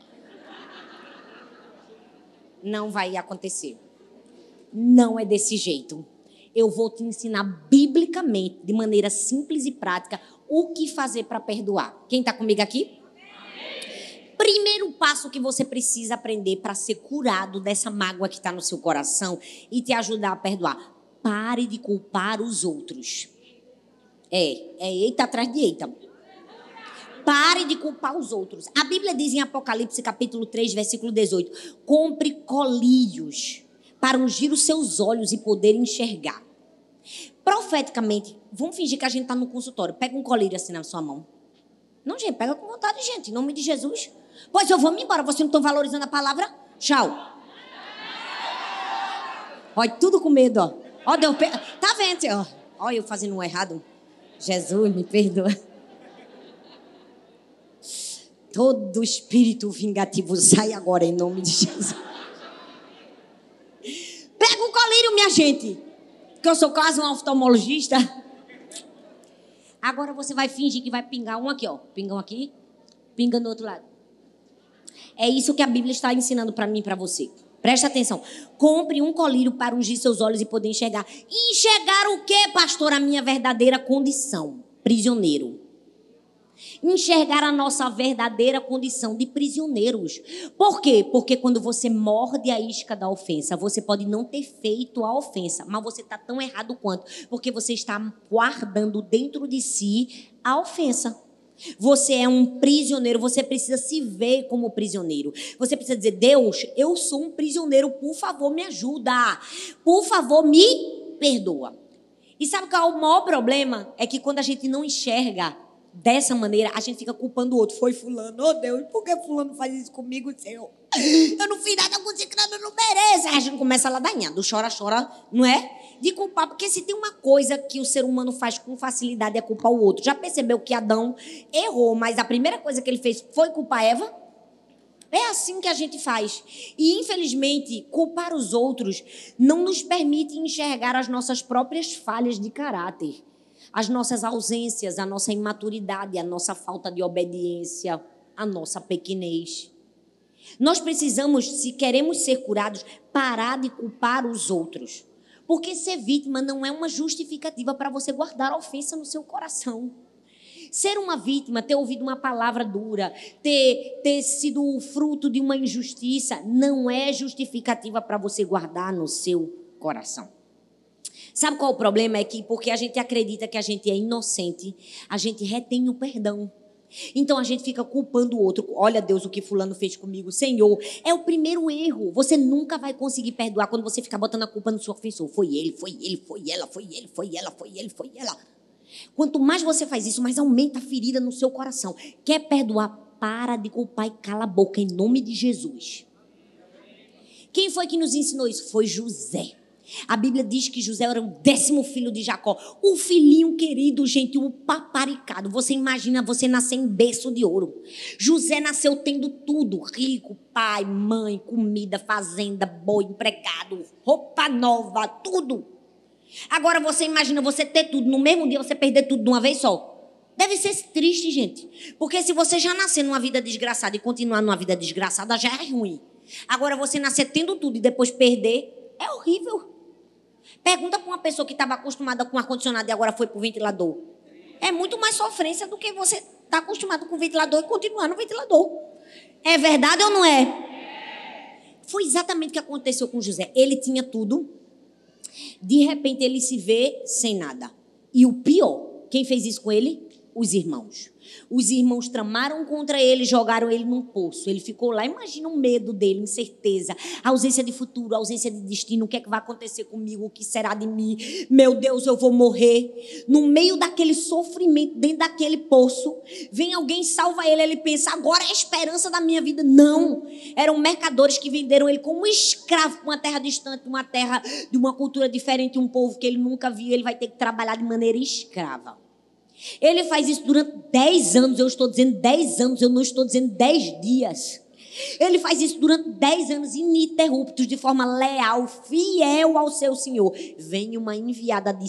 Não vai acontecer. Não é desse jeito. Eu vou te ensinar biblicamente, de maneira simples e prática, o que fazer para perdoar. Quem está comigo aqui? Primeiro passo que você precisa aprender para ser curado dessa mágoa que está no seu coração e te ajudar a perdoar: pare de culpar os outros. É eita atrás de eita. Pare de culpar os outros. A Bíblia diz em Apocalipse capítulo 3, versículo 18: compre colírios para ungir os seus olhos e poder enxergar. Profeticamente, vamos fingir que a gente está no consultório. Pega um colírio assim na sua mão. Não, gente, pega com vontade, gente, em nome de Jesus. Pois eu vou me embora, vocês não estão valorizando a palavra? Tchau. Olha, tudo com medo, ó. Ó, Deus, tá vendo, ó. Olha eu fazendo um errado. Jesus, me perdoa. Todo espírito vingativo sai agora em nome de Jesus. Pega o colírio, minha gente, que eu sou quase um oftalmologista. Agora você vai fingir que vai pingar um aqui, ó. Pinga um aqui, pinga no outro lado. É isso que a Bíblia está ensinando para mim e para você. Presta atenção. Compre um colírio para ungir seus olhos e poder enxergar. Enxergar o quê, pastor? A minha verdadeira condição. Prisioneiro. Enxergar a nossa verdadeira condição de prisioneiros. Por quê? Porque quando você morde a isca da ofensa, você pode não ter feito a ofensa, mas você está tão errado quanto, porque você está guardando dentro de si a ofensa. Você é um prisioneiro, você precisa se ver como prisioneiro. Você precisa dizer: Deus, eu sou um prisioneiro, por favor, me ajuda. Por favor, me perdoa. E sabe qual é o maior problema? É que quando a gente não enxerga dessa maneira, a gente fica culpando o outro. Foi fulano, oh Deus, por que fulano faz isso comigo, Senhor? Eu não fiz nada com esse cara, eu não mereço. Aí a gente começa a ladainhar, do chora, não é? De culpar, porque se tem uma coisa que o ser humano faz com facilidade é culpar o outro. Já percebeu que Adão errou, mas a primeira coisa que ele fez foi culpar Eva? É assim que a gente faz. E, infelizmente, culpar os outros não nos permite enxergar as nossas próprias falhas de caráter, as nossas ausências, a nossa imaturidade, a nossa falta de obediência, a nossa pequenez. Nós precisamos, se queremos ser curados, parar de culpar os outros. Porque ser vítima não é uma justificativa para você guardar a ofensa no seu coração. Ser uma vítima, ter ouvido uma palavra dura, ter sido fruto de uma injustiça, não é justificativa para você guardar no seu coração. Sabe qual é o problema? É que porque a gente acredita que a gente é inocente, a gente retém o perdão. Então a gente fica culpando o outro. Olha, Deus, o que fulano fez comigo. Senhor, é o primeiro erro. Você nunca vai conseguir perdoar quando você ficar botando a culpa no seu ofensor. Foi ele, foi ela, foi ele, foi ela, foi ele, foi ela. Quanto mais você faz isso, mais aumenta a ferida no seu coração. Quer perdoar? Para de culpar e cala a boca em nome de Jesus. Quem foi que nos ensinou isso? Foi José. A Bíblia diz que José era o 10º filho de Jacó. O filhinho querido, gente, o paparicado. Você imagina você nascer em berço de ouro. José nasceu tendo tudo. Rico, pai, mãe, comida, fazenda, boi, empregado, roupa nova, tudo. Agora você imagina você ter tudo, no mesmo dia você perder tudo de uma vez só. Deve ser triste, gente. Porque se você já nascer numa vida desgraçada e continuar numa vida desgraçada, já é ruim. Agora você nascer tendo tudo e depois perder, é horrível. Pergunta para uma pessoa que estava acostumada com ar-condicionado e agora foi para o ventilador. É muito mais sofrência do que você estar acostumado com o ventilador e continuar no ventilador. É verdade ou não é? Foi exatamente o que aconteceu com José. Ele tinha tudo. De repente ele se vê sem nada. E o pior, quem fez isso com ele? Os irmãos. Os irmãos tramaram contra ele, jogaram ele num poço. Ele ficou lá, imagina o medo dele, incerteza, ausência de futuro, ausência de destino. O que é que vai acontecer comigo? O que será de mim? Meu Deus, eu vou morrer. No meio daquele sofrimento, dentro daquele poço, vem alguém, salva ele. Ele pensa, agora é a esperança da minha vida. Não, eram mercadores que venderam ele como escravo para uma terra distante, uma terra de uma cultura diferente, um povo que ele nunca viu. Ele vai ter que trabalhar de maneira escrava. Ele faz isso durante 10 anos, eu estou dizendo 10 anos, eu não estou dizendo 10 dias. Ele faz isso durante 10 anos ininterruptos, de forma leal, fiel ao seu Senhor. Vem uma enviada de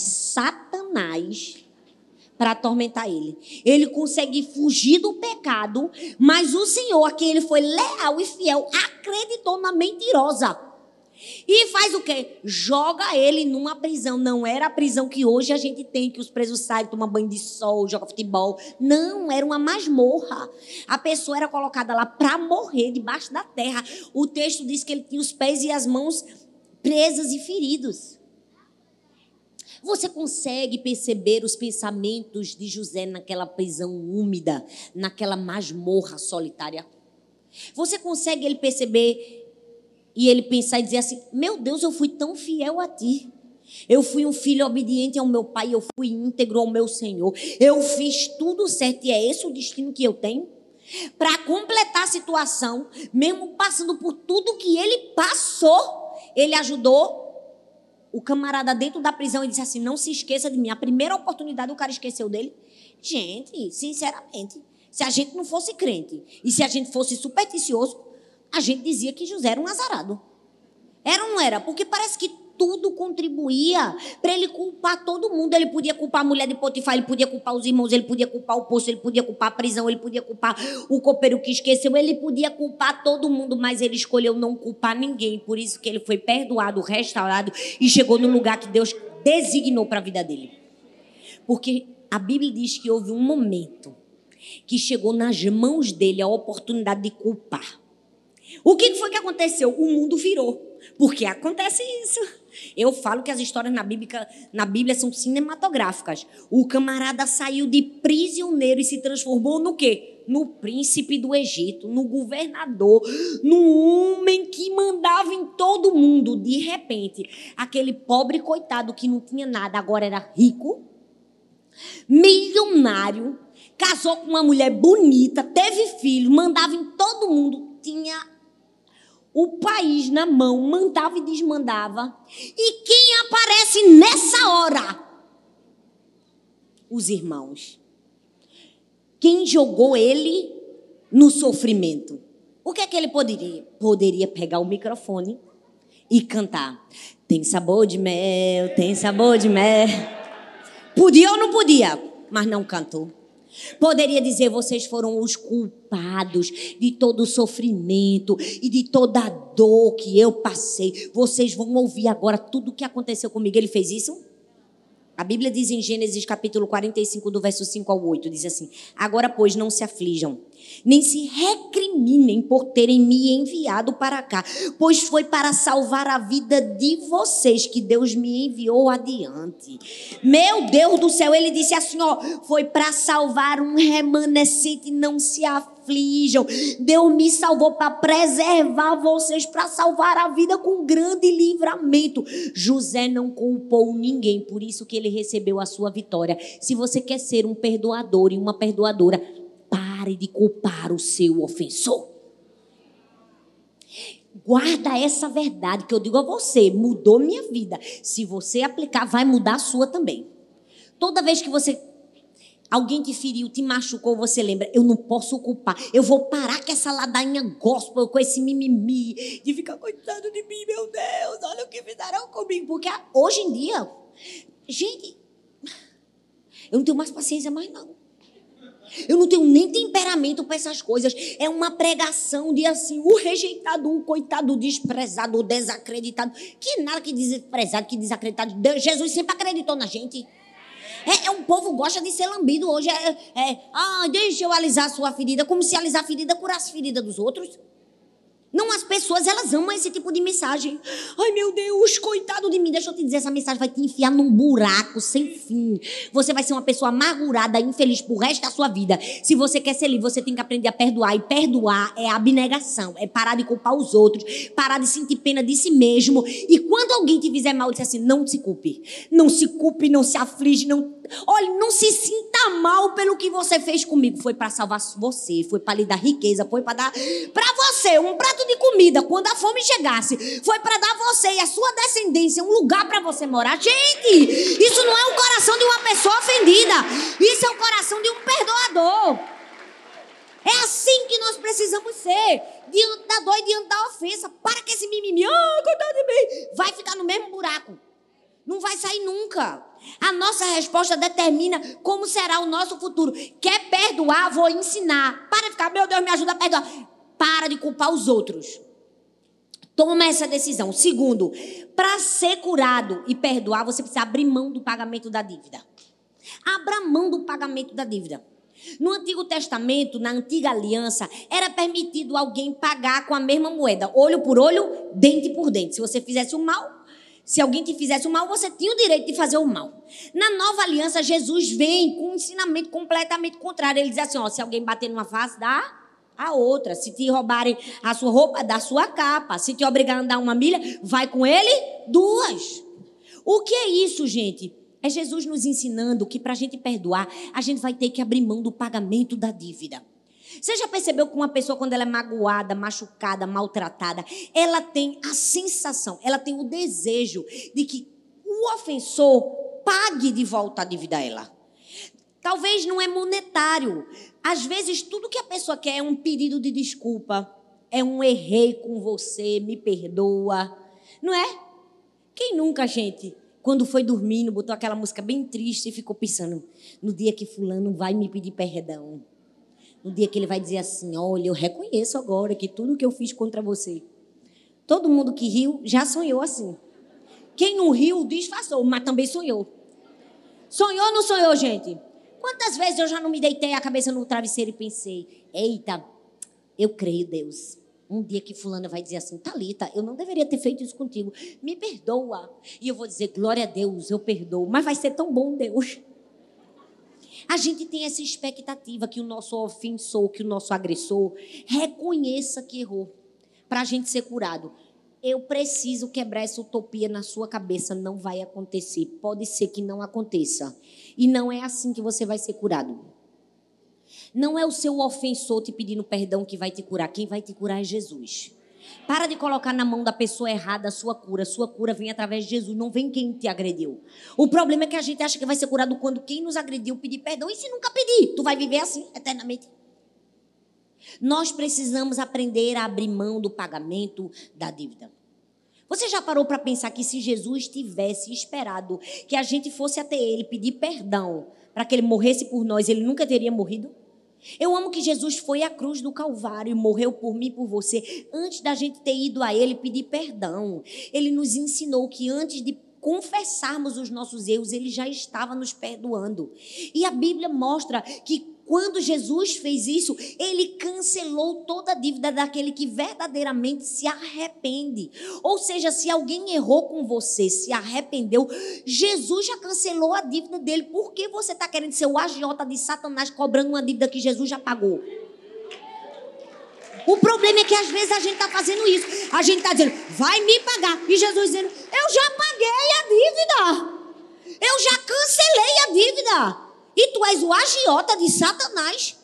Satanás para atormentar ele. Ele consegue fugir do pecado, mas o Senhor, a quem ele foi leal e fiel, acreditou na mentirosa. E faz o quê? Joga ele numa prisão. Não era a prisão que hoje a gente tem, que os presos saem, tomam banho de sol, jogam futebol. Não, era uma masmorra. A pessoa era colocada lá para morrer debaixo da terra. O texto diz que ele tinha os pés e as mãos presas e feridos. Você consegue perceber os pensamentos de José naquela prisão úmida, naquela masmorra solitária? Você consegue ele perceber e ele pensar e dizer assim, meu Deus, eu fui tão fiel a ti. Eu fui um filho obediente ao meu pai, eu fui íntegro ao meu Senhor. Eu fiz tudo certo e é esse o destino que eu tenho? Para completar a situação, mesmo passando por tudo que ele passou, ele ajudou o camarada dentro da prisão e disse assim, não se esqueça de mim. A primeira oportunidade o cara esqueceu dele. Gente, sinceramente, se a gente não fosse crente e se a gente fosse supersticioso, a gente dizia que José era um azarado. Era ou não era? Porque parece que tudo contribuía para ele culpar todo mundo. Ele podia culpar a mulher de Potifar, ele podia culpar os irmãos, ele podia culpar o poço, ele podia culpar a prisão, ele podia culpar o copeiro que esqueceu, ele podia culpar todo mundo, mas ele escolheu não culpar ninguém. Por isso que ele foi perdoado, restaurado e chegou no lugar que Deus designou para a vida dele. Porque a Bíblia diz que houve um momento que chegou nas mãos dele a oportunidade de culpar. O que foi que aconteceu? O mundo virou. Porque acontece isso. Eu falo que as histórias na Bíblia são cinematográficas. O camarada saiu de prisioneiro e se transformou no quê? No príncipe do Egito, no governador, no homem que mandava em todo mundo. De repente, aquele pobre coitado que não tinha nada, agora era rico, milionário, casou com uma mulher bonita, teve filho, mandava em todo mundo, tinha o país na mão, mandava e desmandava. E quem aparece nessa hora? Os irmãos. Quem jogou ele no sofrimento? O que é que ele poderia? Poderia pegar o microfone e cantar. Tem sabor de mel, tem sabor de mel. Podia ou não podia? Mas não cantou. Poderia dizer, vocês foram os culpados de todo o sofrimento e de toda a dor que eu passei. Vocês vão ouvir agora tudo o que aconteceu comigo. Ele fez isso? A Bíblia diz em Gênesis capítulo 45, do verso 5 ao 8, diz assim: agora, pois, não se aflijam, nem se recriminem por terem me enviado para cá, pois foi para salvar a vida de vocês que Deus me enviou adiante. Meu Deus do céu, ele disse assim, ó, foi para salvar um remanescente, não se aflijam. Deus me salvou para preservar vocês, para salvar a vida com grande livramento. José não culpou ninguém, por isso que ele recebeu a sua vitória. Se você quer ser um perdoador e uma perdoadora, pare de culpar o seu ofensor. Guarda essa verdade que eu digo a você, mudou minha vida. Se você aplicar, vai mudar a sua também. Toda vez que alguém te feriu, te machucou, você lembra, eu não posso culpar. Eu vou parar com essa ladainha gospel, com esse mimimi, de ficar coitado de mim, meu Deus, olha o que fizeram comigo. Porque hoje em dia, gente, eu não tenho mais paciência mais não. Eu não tenho nem temperamento para essas coisas. É uma pregação de assim, o rejeitado, o coitado, o desprezado, o desacreditado. Que nada que desprezado, que desacreditado. Jesus sempre acreditou na gente. Um povo gosta de ser lambido hoje. Deixa eu alisar a sua ferida. Como se alisar a ferida curasse a ferida dos outros. Não, as pessoas, elas amam esse tipo de mensagem. Ai, meu Deus, coitado de mim. Deixa eu te dizer, essa mensagem vai te enfiar num buraco sem fim. Você vai ser uma pessoa amargurada, infeliz pro resto da sua vida. Se você quer ser livre, você tem que aprender a perdoar. E perdoar é abnegação. É parar de culpar os outros. Parar de sentir pena de si mesmo. E quando alguém te fizer mal, diz assim, não se culpe. Não se culpe, não se aflige, não... Olha, não se sinta mal pelo que você fez comigo. Foi para salvar você, foi para lhe dar riqueza, foi para dar para você um prato de comida quando a fome chegasse. Foi para dar a você e a sua descendência um lugar para você morar. Gente, isso não é o coração de uma pessoa ofendida. Isso é o coração de um perdoador. É assim que nós precisamos ser. Diante da dor e diante da ofensa. Para que esse mimimi, coitado de mim, vai ficar no mesmo buraco. Não vai sair nunca. A nossa resposta determina como será o nosso futuro. Quer perdoar? Vou ensinar. Para de ficar, meu Deus, me ajuda a perdoar. Para de culpar os outros. Toma essa decisão. Segundo, para ser curado e perdoar, você precisa abrir mão do pagamento da dívida. Abra mão do pagamento da dívida. No Antigo Testamento, na Antiga Aliança, era permitido alguém pagar com a mesma moeda. Olho por olho, dente por dente. Se você fizesse o mal... Se alguém te fizesse o mal, você tinha o direito de fazer o mal. Na Nova Aliança, Jesus vem com um ensinamento completamente contrário. Ele diz assim, se alguém bater numa face, dá a outra. Se te roubarem a sua roupa, dá a sua capa. Se te obrigar a andar uma milha, vai com ele 2. O que é isso, gente? É Jesus nos ensinando que para a gente perdoar, a gente vai ter que abrir mão do pagamento da dívida. Você já percebeu que uma pessoa, quando ela é magoada, machucada, maltratada, ela tem a sensação, ela tem o desejo de que o ofensor pague de volta a dívida a ela. Talvez não é monetário. Às vezes, tudo que a pessoa quer é um pedido de desculpa. É um errei com você, me perdoa. Não é? Quem nunca, gente, quando foi dormindo, botou aquela música bem triste e ficou pensando, no dia que fulano vai me pedir perdão. No dia que ele vai dizer assim, olha, eu reconheço agora que tudo que eu fiz contra você. Todo mundo que riu já sonhou assim. Quem não riu, disfarçou, mas também sonhou. Sonhou ou não sonhou, gente? Quantas vezes eu já não me deitei a cabeça no travesseiro e pensei, eita, eu creio, Deus. Um dia que fulana vai dizer assim, Thalita, eu não deveria ter feito isso contigo. Me perdoa. E eu vou dizer, glória a Deus, eu perdoo. Mas vai ser tão bom, Deus. A gente tem essa expectativa que o nosso ofensor, que o nosso agressor reconheça que errou para a gente ser curado. Eu preciso quebrar essa utopia na sua cabeça. Não vai acontecer. Pode ser que não aconteça. E não é assim que você vai ser curado. Não é o seu ofensor te pedindo perdão que vai te curar. Quem vai te curar é Jesus. Para de colocar na mão da pessoa errada a sua cura. Sua cura vem através de Jesus, não vem quem te agrediu. O problema é que a gente acha que vai ser curado quando quem nos agrediu pedir perdão. E se nunca pedir? Tu vai viver assim eternamente? Nós precisamos aprender a abrir mão do pagamento da dívida. Você já parou para pensar que se Jesus tivesse esperado que a gente fosse até ele pedir perdão para que ele morresse por nós, ele nunca teria morrido? Eu amo que Jesus foi à cruz do Calvário e morreu por mim e por você antes da gente ter ido a ele pedir perdão. Ele nos ensinou que antes de confessarmos os nossos erros, ele já estava nos perdoando. E a Bíblia mostra que quando Jesus fez isso, ele cancelou toda a dívida daquele que verdadeiramente se arrepende. Ou seja, se alguém errou com você, se arrependeu, Jesus já cancelou a dívida dele. Por que você está querendo ser o agiota de Satanás cobrando uma dívida que Jesus já pagou? O problema é que às vezes a gente está fazendo isso. A gente está dizendo, vai me pagar. E Jesus dizendo, eu já paguei a dívida. Eu já cancelei a dívida. E tu és o agiota de Satanás.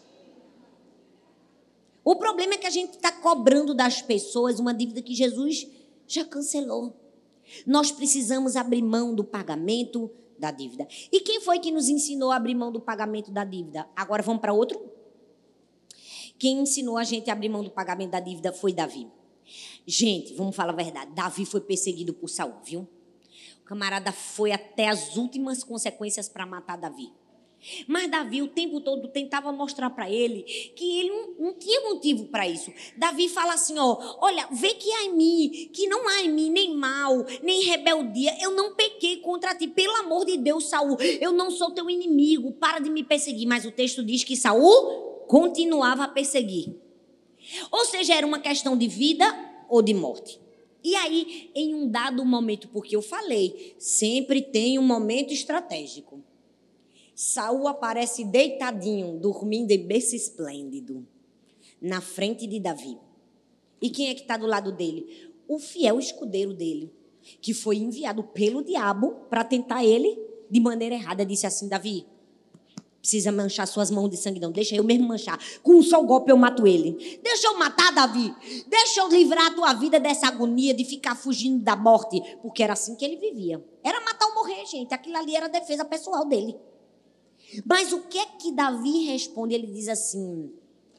O problema é que a gente está cobrando das pessoas uma dívida que Jesus já cancelou. Nós precisamos abrir mão do pagamento da dívida. E quem foi que nos ensinou a abrir mão do pagamento da dívida? Agora vamos para outro? Quem ensinou a gente a abrir mão do pagamento da dívida foi Davi. Gente, vamos falar a verdade. Davi foi perseguido por Saul, viu? O camarada foi até as últimas consequências para matar Davi. Mas Davi o tempo todo tentava mostrar para ele que ele não tinha motivo para isso. Davi fala assim, olha, vê que há em mim, que não há em mim nem mal, nem rebeldia. Eu não pequei contra ti, pelo amor de Deus, Saul. Eu não sou teu inimigo, para de me perseguir. Mas o texto diz que Saul continuava a perseguir. Ou seja, era uma questão de vida ou de morte. E aí, em um dado momento, porque eu falei, sempre tem um momento estratégico. Saul aparece deitadinho, dormindo em berço esplêndido, na frente de Davi. E quem é que está do lado dele? O fiel escudeiro dele, que foi enviado pelo diabo para tentar ele de maneira errada. Disse assim, Davi, precisa manchar suas mãos de sangue não, deixa eu mesmo manchar. Com um só golpe eu mato ele. Deixa eu matar, Davi. Deixa eu livrar a tua vida dessa agonia de ficar fugindo da morte. Porque era assim que ele vivia. Era matar ou morrer, gente. Aquilo ali era a defesa pessoal dele. Mas o que é que Davi responde? Ele diz assim,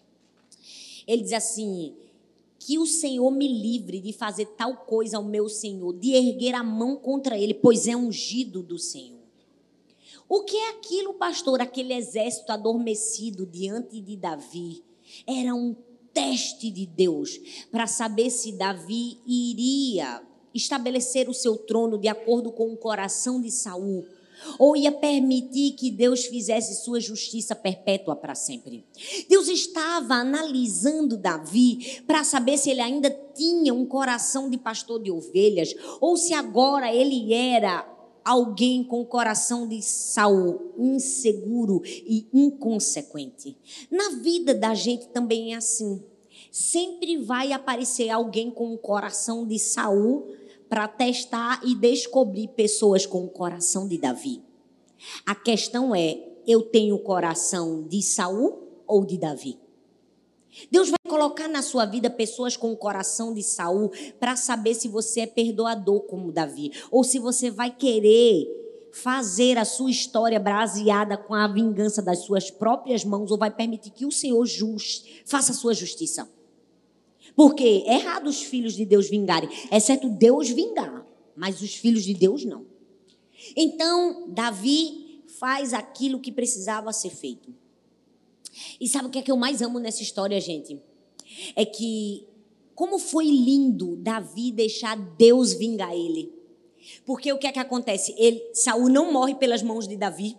que o Senhor me livre de fazer tal coisa ao meu Senhor, de erguer a mão contra ele, pois é ungido do Senhor. O que é aquilo, pastor? Aquele exército adormecido diante de Davi era um teste de Deus para saber se Davi iria estabelecer o seu trono de acordo com o coração de Saul, ou ia permitir que Deus fizesse sua justiça perpétua para sempre. Deus estava analisando Davi para saber se ele ainda tinha um coração de pastor de ovelhas, ou se agora ele era alguém com o coração de Saul, inseguro e inconsequente. Na vida da gente também é assim. Sempre vai aparecer alguém com o coração de Saul para testar e descobrir pessoas com o coração de Davi. A questão é, eu tenho o coração de Saul ou de Davi? Deus vai colocar na sua vida pessoas com o coração de Saul para saber se você é perdoador como Davi, ou se você vai querer fazer a sua história baseada com a vingança das suas próprias mãos, ou vai permitir que o Senhor faça a sua justiça. Porque é errado os filhos de Deus vingarem, é certo Deus vingar, mas os filhos de Deus não. Então, Davi faz aquilo que precisava ser feito. E sabe o que é que eu mais amo nessa história, gente? É que, como foi lindo Davi deixar Deus vingar ele. Porque o que é que acontece? Saul não morre pelas mãos de Davi.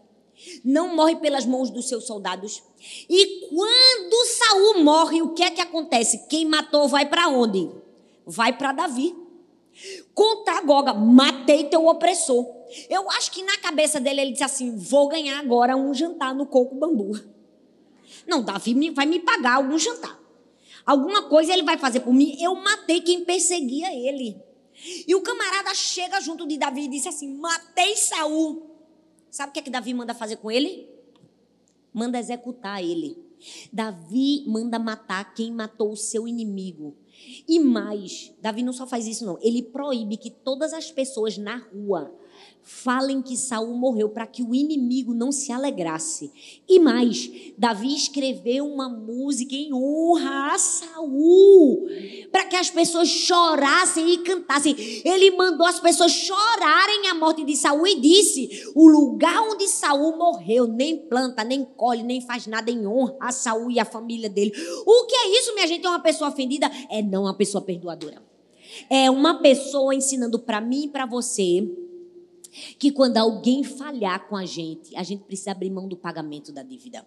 não morre pelas mãos dos seus soldados. E quando Saul morre, o que é que acontece? Quem matou vai para onde? Vai para Davi. Contra Goga, matei teu opressor. Eu acho que na cabeça dele ele disse assim: vou ganhar agora um jantar no Coco Bambu. Não, Davi vai me pagar algum jantar. Alguma coisa ele vai fazer por mim. Eu matei quem perseguia ele. E o camarada chega junto de Davi e disse assim: matei Saul. Sabe o que é que Davi manda fazer com ele? Manda executar ele. Davi manda matar quem matou o seu inimigo. E mais, Davi não só faz isso não, ele proíbe que todas as pessoas na rua falem que Saul morreu para que o inimigo não se alegrasse. E mais, Davi escreveu uma música em honra a Saul, para que as pessoas chorassem e cantassem. Ele mandou as pessoas chorarem a morte de Saul e disse: o lugar onde Saul morreu nem planta, nem colhe, nem faz nada em honra a Saul e a família dele. O que é isso, minha gente? É uma pessoa ofendida? É não uma pessoa perdoadora. É uma pessoa ensinando para mim e para você que quando alguém falhar com a gente precisa abrir mão do pagamento da dívida.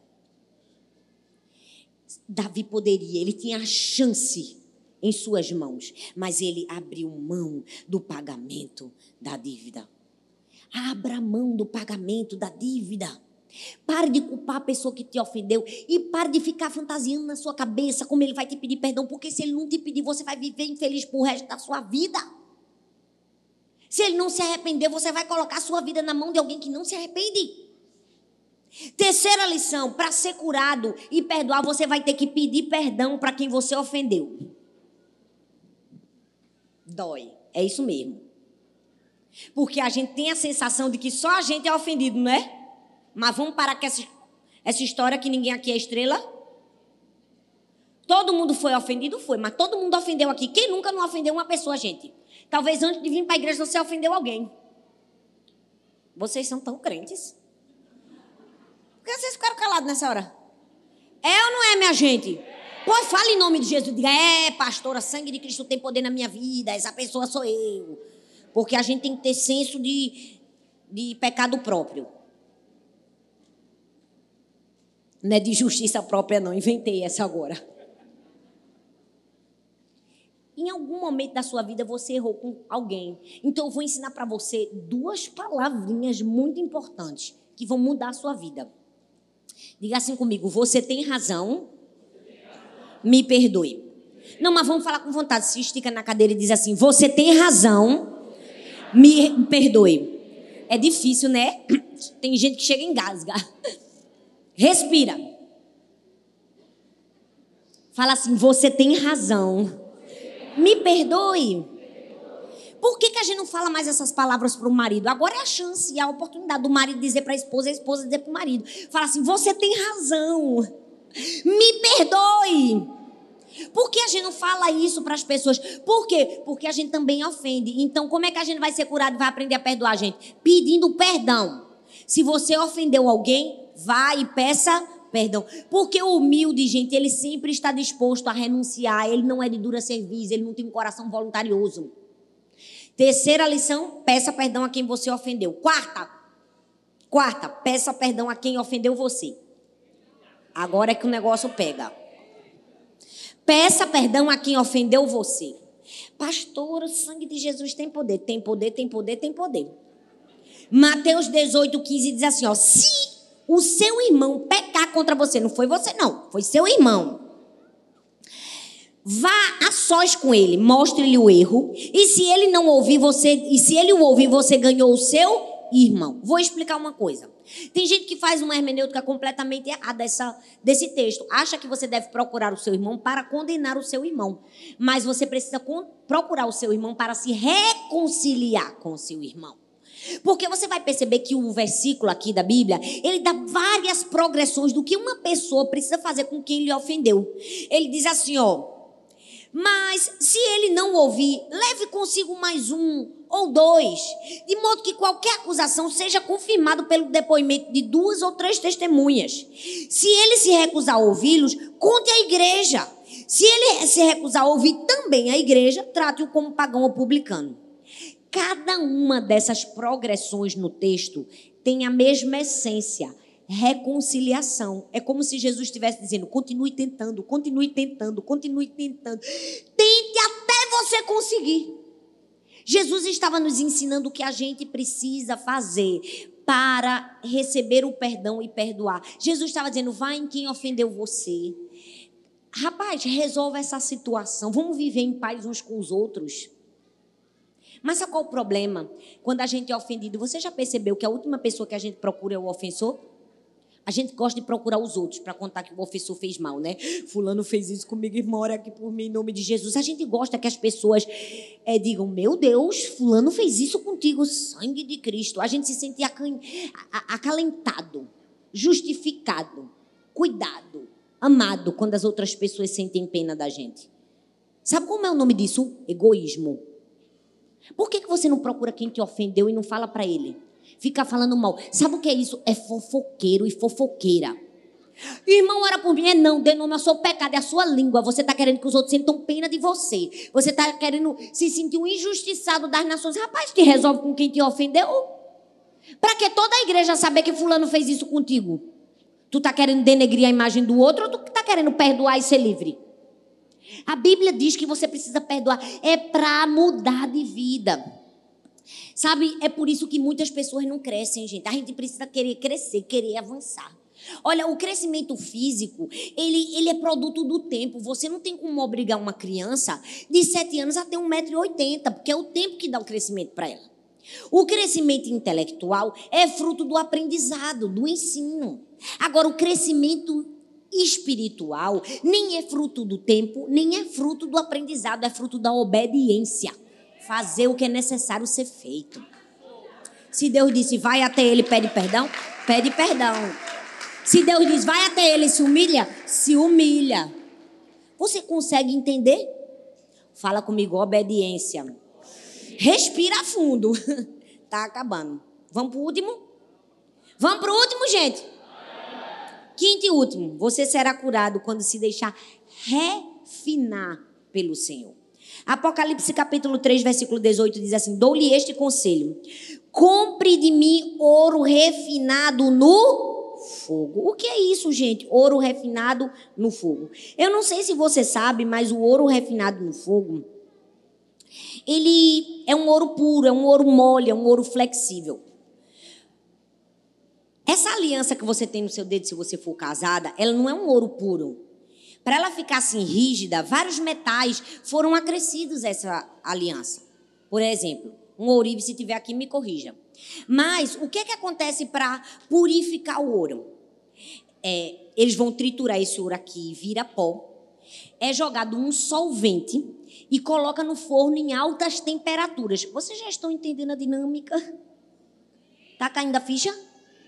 Davi poderia, ele tinha a chance em suas mãos, mas ele abriu mão do pagamento da dívida. Abra mão do pagamento da dívida. Pare de culpar a pessoa que te ofendeu e pare de ficar fantasiando na sua cabeça como ele vai te pedir perdão, porque se ele não te pedir, você vai viver infeliz pro resto da sua vida. Se ele não se arrepender, você vai colocar a sua vida na mão de alguém que não se arrepende. Terceira lição: para ser curado e perdoar, você vai ter que pedir perdão para quem você ofendeu. Dói, é isso mesmo. Porque a gente tem a sensação de que só a gente é ofendido, não é? Mas vamos parar com essa história que ninguém aqui é estrela? Todo mundo foi ofendido? Foi, mas todo mundo ofendeu aqui. Quem nunca não ofendeu uma pessoa, gente? Talvez antes de vir para a igreja você ofendeu alguém. Vocês são tão crentes. Por que vocês ficaram calados nessa hora? É ou não é, minha gente? Pois fale em nome de Jesus. Diga: é, pastora, sangue de Cristo tem poder na minha vida. Essa pessoa sou eu. Porque a gente tem que ter senso de pecado próprio. Não é de justiça própria, não. Inventei essa agora. Em algum momento da sua vida você errou com alguém. Então eu vou ensinar para você 2 palavrinhas muito importantes que vão mudar a sua vida. Diga assim comigo: você tem razão, me perdoe. Não, mas vamos falar com vontade. Se estica na cadeira e diz assim: você tem razão, me perdoe. É difícil, né? Tem gente que chega e engasga. Respira. Fala assim: você tem razão, me perdoe. Por que a gente não fala mais essas palavras para o marido? Agora é a chance e a oportunidade do marido dizer para a esposa dizer para o marido. Fala assim: você tem razão, me perdoe. Por que a gente não fala isso para as pessoas? Por quê? Porque a gente também ofende. Então como é que a gente vai ser curado e vai aprender a perdoar, gente? Pedindo perdão. Se você ofendeu alguém, vá e peça perdão. Porque o humilde, gente, ele sempre está disposto a renunciar. Ele não é de dura serviço, ele não tem um coração voluntarioso. Terceira lição: peça perdão a quem você ofendeu. Quarta, peça perdão a quem ofendeu você. Agora é que o negócio pega. Peça perdão a quem ofendeu você. Pastor, o sangue de Jesus tem poder. Tem poder, tem poder, tem poder. Mateus 18:15 diz assim, ó: se o seu irmão pecar contra você, não foi você não, foi seu irmão, vá a sós com ele, mostre-lhe o erro, e se ele não ouvir você, e se ele o ouvir, você ganhou o seu irmão. Vou explicar uma coisa. Tem gente que faz uma hermenêutica completamente errada desse texto. Acha que você deve procurar o seu irmão para condenar o seu irmão. Mas você precisa procurar o seu irmão para se reconciliar com o seu irmão. Porque você vai perceber que o versículo aqui da Bíblia, ele dá várias progressões do que uma pessoa precisa fazer com quem lhe ofendeu. Ele diz assim, ó: mas se ele não ouvir, leve consigo mais 1 ou 2, de modo que qualquer acusação seja confirmada pelo depoimento de 2 ou 3 testemunhas. Se ele se recusar a ouvi-los, conte à igreja. Se ele se recusar a ouvir também a igreja, trate-o como pagão ou publicano. Cada uma dessas progressões no texto tem a mesma essência: reconciliação. É como se Jesus estivesse dizendo: continue tentando, continue tentando, continue tentando. Tente até você conseguir. Jesus estava nos ensinando o que a gente precisa fazer para receber o perdão e perdoar. Jesus estava dizendo: vai em quem ofendeu você. Rapaz, resolve essa situação. Vamos viver em paz uns com os outros. Mas sabe qual é o problema? Quando a gente é ofendido, você já percebeu que a última pessoa que a gente procura é o ofensor? A gente gosta de procurar os outros para contar que o ofensor fez mal, né? Fulano fez isso comigo, irmão, ora aqui por mim, em nome de Jesus. A gente gosta que as pessoas digam: meu Deus, fulano fez isso contigo, sangue de Cristo. A gente se sente acalentado, justificado, cuidado, amado, quando as outras pessoas sentem pena da gente. Sabe como é o nome disso? Egoísmo. Por que você não procura quem te ofendeu e não fala para ele? Fica falando mal. Sabe o que é isso? É fofoqueiro e fofoqueira. Irmão, ora por mim. Não, dê nome ao seu pecado, é a sua língua. Você está querendo que os outros sintam pena de você. Você está querendo se sentir um injustiçado das nações. Rapaz, te resolve com quem te ofendeu. Para que toda a igreja saber que fulano fez isso contigo? Tu está querendo denegrir a imagem do outro ou tu está querendo perdoar e ser livre? A Bíblia diz que você precisa perdoar. É para mudar de vida. Sabe, é por isso que muitas pessoas não crescem, gente. A gente precisa querer crescer, querer avançar. Olha, o crescimento físico, ele é produto do tempo. Você não tem como obrigar uma criança de 7 anos a ter 1,80 m, porque é o tempo que dá o crescimento para ela. O crescimento intelectual é fruto do aprendizado, do ensino. Agora, o crescimento espiritual nem é fruto do tempo, nem é fruto do aprendizado, é fruto da obediência. Fazer o que é necessário ser feito. Se Deus disse: vai até ele, pede perdão, pede perdão. Se Deus diz: vai até ele, se humilha, se humilha. Você consegue entender? Fala comigo: obediência. Respira fundo. Tá acabando. Vamos pro último? Vamos pro último, gente? Quinto e último: você será curado quando se deixar refinar pelo Senhor. Apocalipse capítulo 3, versículo 18 diz assim: dou-lhe este conselho: compre de mim ouro refinado no fogo. O que é isso, gente? Ouro refinado no fogo. Eu não sei se você sabe, mas o ouro refinado no fogo, ele é um ouro puro, é um ouro mole, é um ouro flexível. Essa aliança que você tem no seu dedo, se você for casada, ela não é um ouro puro. Para ela ficar assim rígida, vários metais foram acrescidos a essa aliança. Por exemplo, um ourive, se tiver aqui, me corrija. Mas o que acontece para purificar o ouro? Eles vão triturar esse ouro aqui, vira pó. É jogado um solvente e coloca no forno em altas temperaturas. Vocês já estão entendendo a dinâmica? Tá caindo a ficha?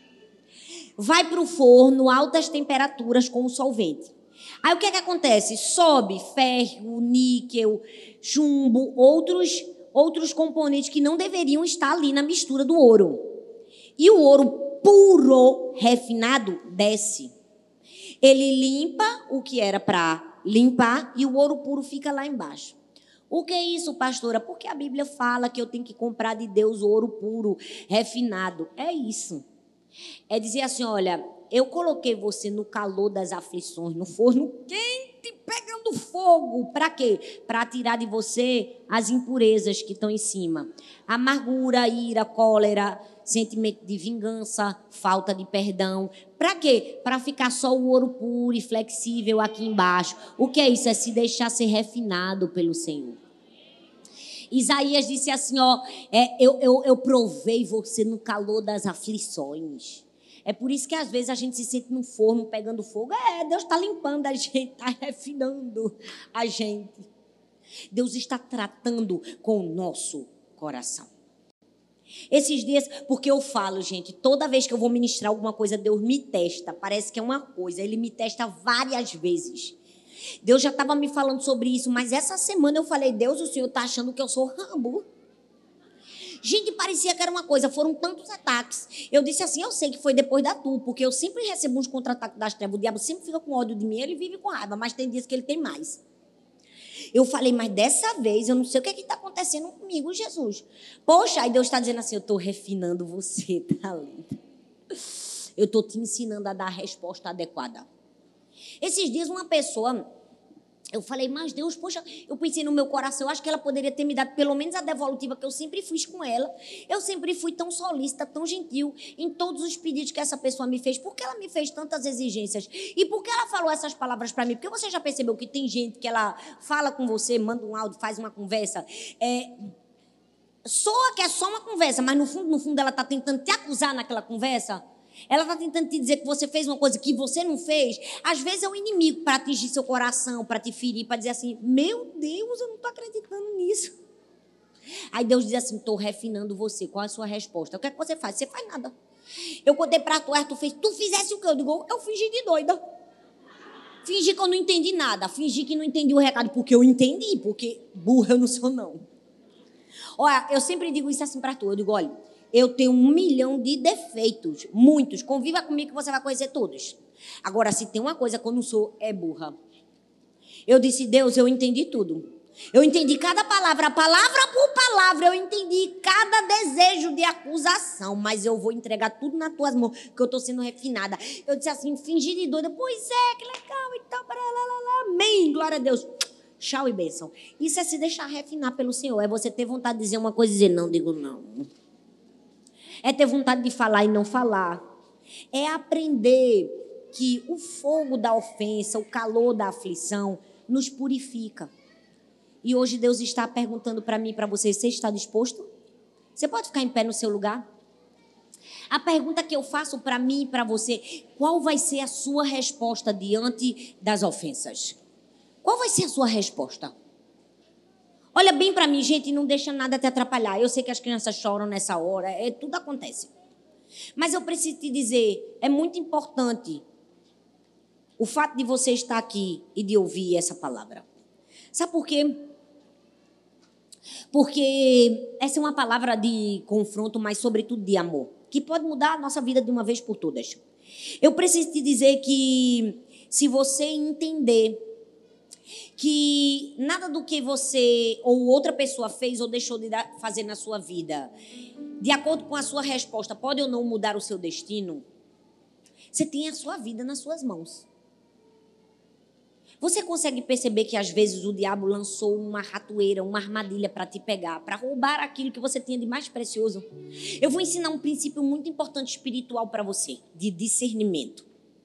Vai para o forno, altas temperaturas com o solvente. Aí o que acontece? Sobe ferro, níquel, chumbo, outros componentes que não deveriam estar ali na mistura do ouro. E o ouro puro, refinado, desce. Ele limpa o que era para limpar e o ouro puro fica lá embaixo. O que é isso, pastora? Porque a Bíblia fala que eu tenho que comprar de Deus ouro puro, refinado. É isso. É dizer assim: olha, eu coloquei você no calor das aflições, no forno quente, pegando fogo. Para quê? Para tirar de você as impurezas que estão em cima. Amargura, ira, cólera, sentimento de vingança, falta de perdão. Para quê? Para ficar só o ouro puro e flexível aqui embaixo. O que é isso? É se deixar ser refinado pelo Senhor. Isaías disse assim: ó, eu provei você no calor das aflições. É por isso que às vezes a gente se sente no forno pegando fogo. Deus está limpando a gente, está refinando a gente. Deus está tratando com o nosso coração. Esses dias, porque eu falo, gente, toda vez que eu vou ministrar alguma coisa, Deus me testa. Parece que é uma coisa, Ele me testa várias vezes. Deus já estava me falando sobre isso, mas essa semana eu falei: Deus, o Senhor está achando que eu sou Rambo? Gente, parecia que era uma coisa, foram tantos ataques. Eu disse assim: eu sei que foi depois da tua, porque eu sempre recebo uns contra-ataques das trevas. O diabo sempre fica com ódio de mim, ele vive com raiva, mas tem dias que ele tem mais. Eu falei: mas dessa vez eu não sei o que está acontecendo comigo, Jesus. Poxa, aí Deus está dizendo assim: eu estou refinando você, tá lindo. Eu estou te ensinando a dar a resposta adequada. Esses dias uma pessoa... Eu falei, mas Deus, poxa, eu pensei no meu coração, eu acho que ela poderia ter me dado pelo menos a devolutiva que eu sempre fiz com ela. Eu sempre fui tão solícita, tão gentil em todos os pedidos que essa pessoa me fez. Por que ela me fez tantas exigências? E por que ela falou essas palavras para mim? Porque você já percebeu que tem gente que ela fala com você, manda um áudio, faz uma conversa, soa que é só uma conversa, mas no fundo ela está tentando te acusar naquela conversa. Ela está tentando te dizer que você fez uma coisa que você não fez. Às vezes é o inimigo para atingir seu coração, para te ferir, para dizer assim, meu Deus, eu não estou acreditando nisso. Aí Deus diz assim, estou refinando você. Qual é a sua resposta? O que é que você faz? Você faz nada. Eu contei para tu, tu fez, tu fizesse o quê? Eu digo, eu fingi de doida. Fingi que eu não entendi nada. Fingi que não entendi o recado, porque eu entendi, porque burra eu não sou não. Olha, eu sempre digo isso assim para tu. Eu digo, olha, eu tenho 1 milhão de defeitos, muitos. Conviva comigo que você vai conhecer todos. Agora, se tem uma coisa que eu não sou, é burra. Eu disse, Deus, eu entendi tudo. Eu entendi cada palavra por palavra. Eu entendi cada desejo de acusação. Mas eu vou entregar tudo nas tuas mãos, que eu estou sendo refinada. Eu disse assim, fingi de doida. Pois é, que legal e tal. Amém, glória a Deus. Tchau e bênção. Isso é se deixar refinar pelo Senhor. É você ter vontade de dizer uma coisa e dizer não. Digo não. É ter vontade de falar e não falar. É aprender que o fogo da ofensa, o calor da aflição nos purifica. E hoje Deus está perguntando para mim e para você, você está disposto? Você pode ficar em pé no seu lugar? A pergunta que eu faço para mim e para você, qual vai ser a sua resposta diante das ofensas? Qual vai ser a sua resposta? Olha bem para mim, gente, não deixa nada te atrapalhar. Eu sei que as crianças choram nessa hora, tudo acontece. Mas eu preciso te dizer, é muito importante o fato de você estar aqui e de ouvir essa palavra. Sabe por quê? Porque essa é uma palavra de confronto, mas sobretudo de amor, que pode mudar a nossa vida de uma vez por todas. Eu preciso te dizer que se você entender que nada do que você ou outra pessoa fez ou deixou de fazer na sua vida, de acordo com a sua resposta, pode ou não mudar o seu destino, você tem a sua vida nas suas mãos. Você consegue perceber que às vezes o diabo lançou uma ratoeira, uma armadilha para te pegar, para roubar aquilo que você tinha de mais precioso? Eu vou ensinar um princípio muito importante espiritual para você, de discernimento.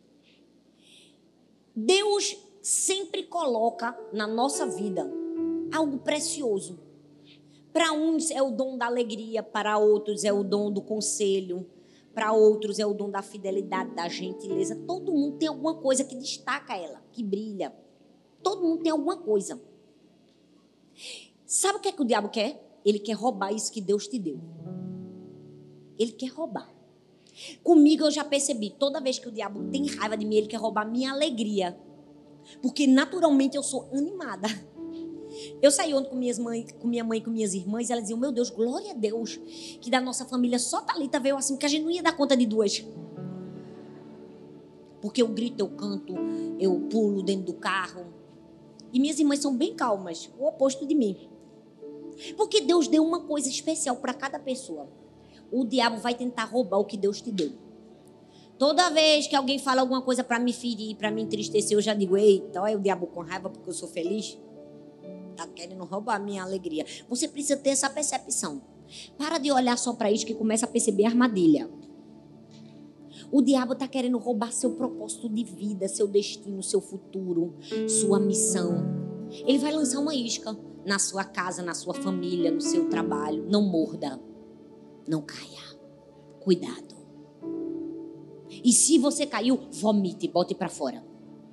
Deus sempre coloca na nossa vida algo precioso. Para uns é o dom da alegria, para outros é o dom do conselho, para outros é o dom da fidelidade, da gentileza. Todo mundo tem alguma coisa que destaca ela, que brilha. Todo mundo tem alguma coisa. Sabe o que é que o diabo quer? Ele quer roubar isso que Deus te deu. Ele quer roubar. Comigo eu já percebi, toda vez que o diabo tem raiva de mim, ele quer roubar minha alegria. Porque naturalmente eu sou animada. Eu saí ontem com minha mãe e com minhas irmãs, e elas diziam, meu Deus, glória a Deus, que da nossa família só Thalita veio assim, porque a gente não ia dar conta de duas. Porque eu grito, eu canto, eu pulo dentro do carro. E minhas irmãs são bem calmas, o oposto de mim. Porque Deus deu uma coisa especial para cada pessoa. O diabo vai tentar roubar o que Deus te deu. Toda vez que alguém fala alguma coisa para me ferir, para me entristecer, eu já digo, eita, olha o diabo com raiva porque eu sou feliz. Está querendo roubar a minha alegria. Você precisa ter essa percepção. Para de olhar só para isso que começa a perceber a armadilha. O diabo está querendo roubar seu propósito de vida, seu destino, seu futuro, sua missão. Ele vai lançar uma isca na sua casa, na sua família, no seu trabalho. Não morda. Não caia. Cuidado. E se você caiu, vomite, bote para fora.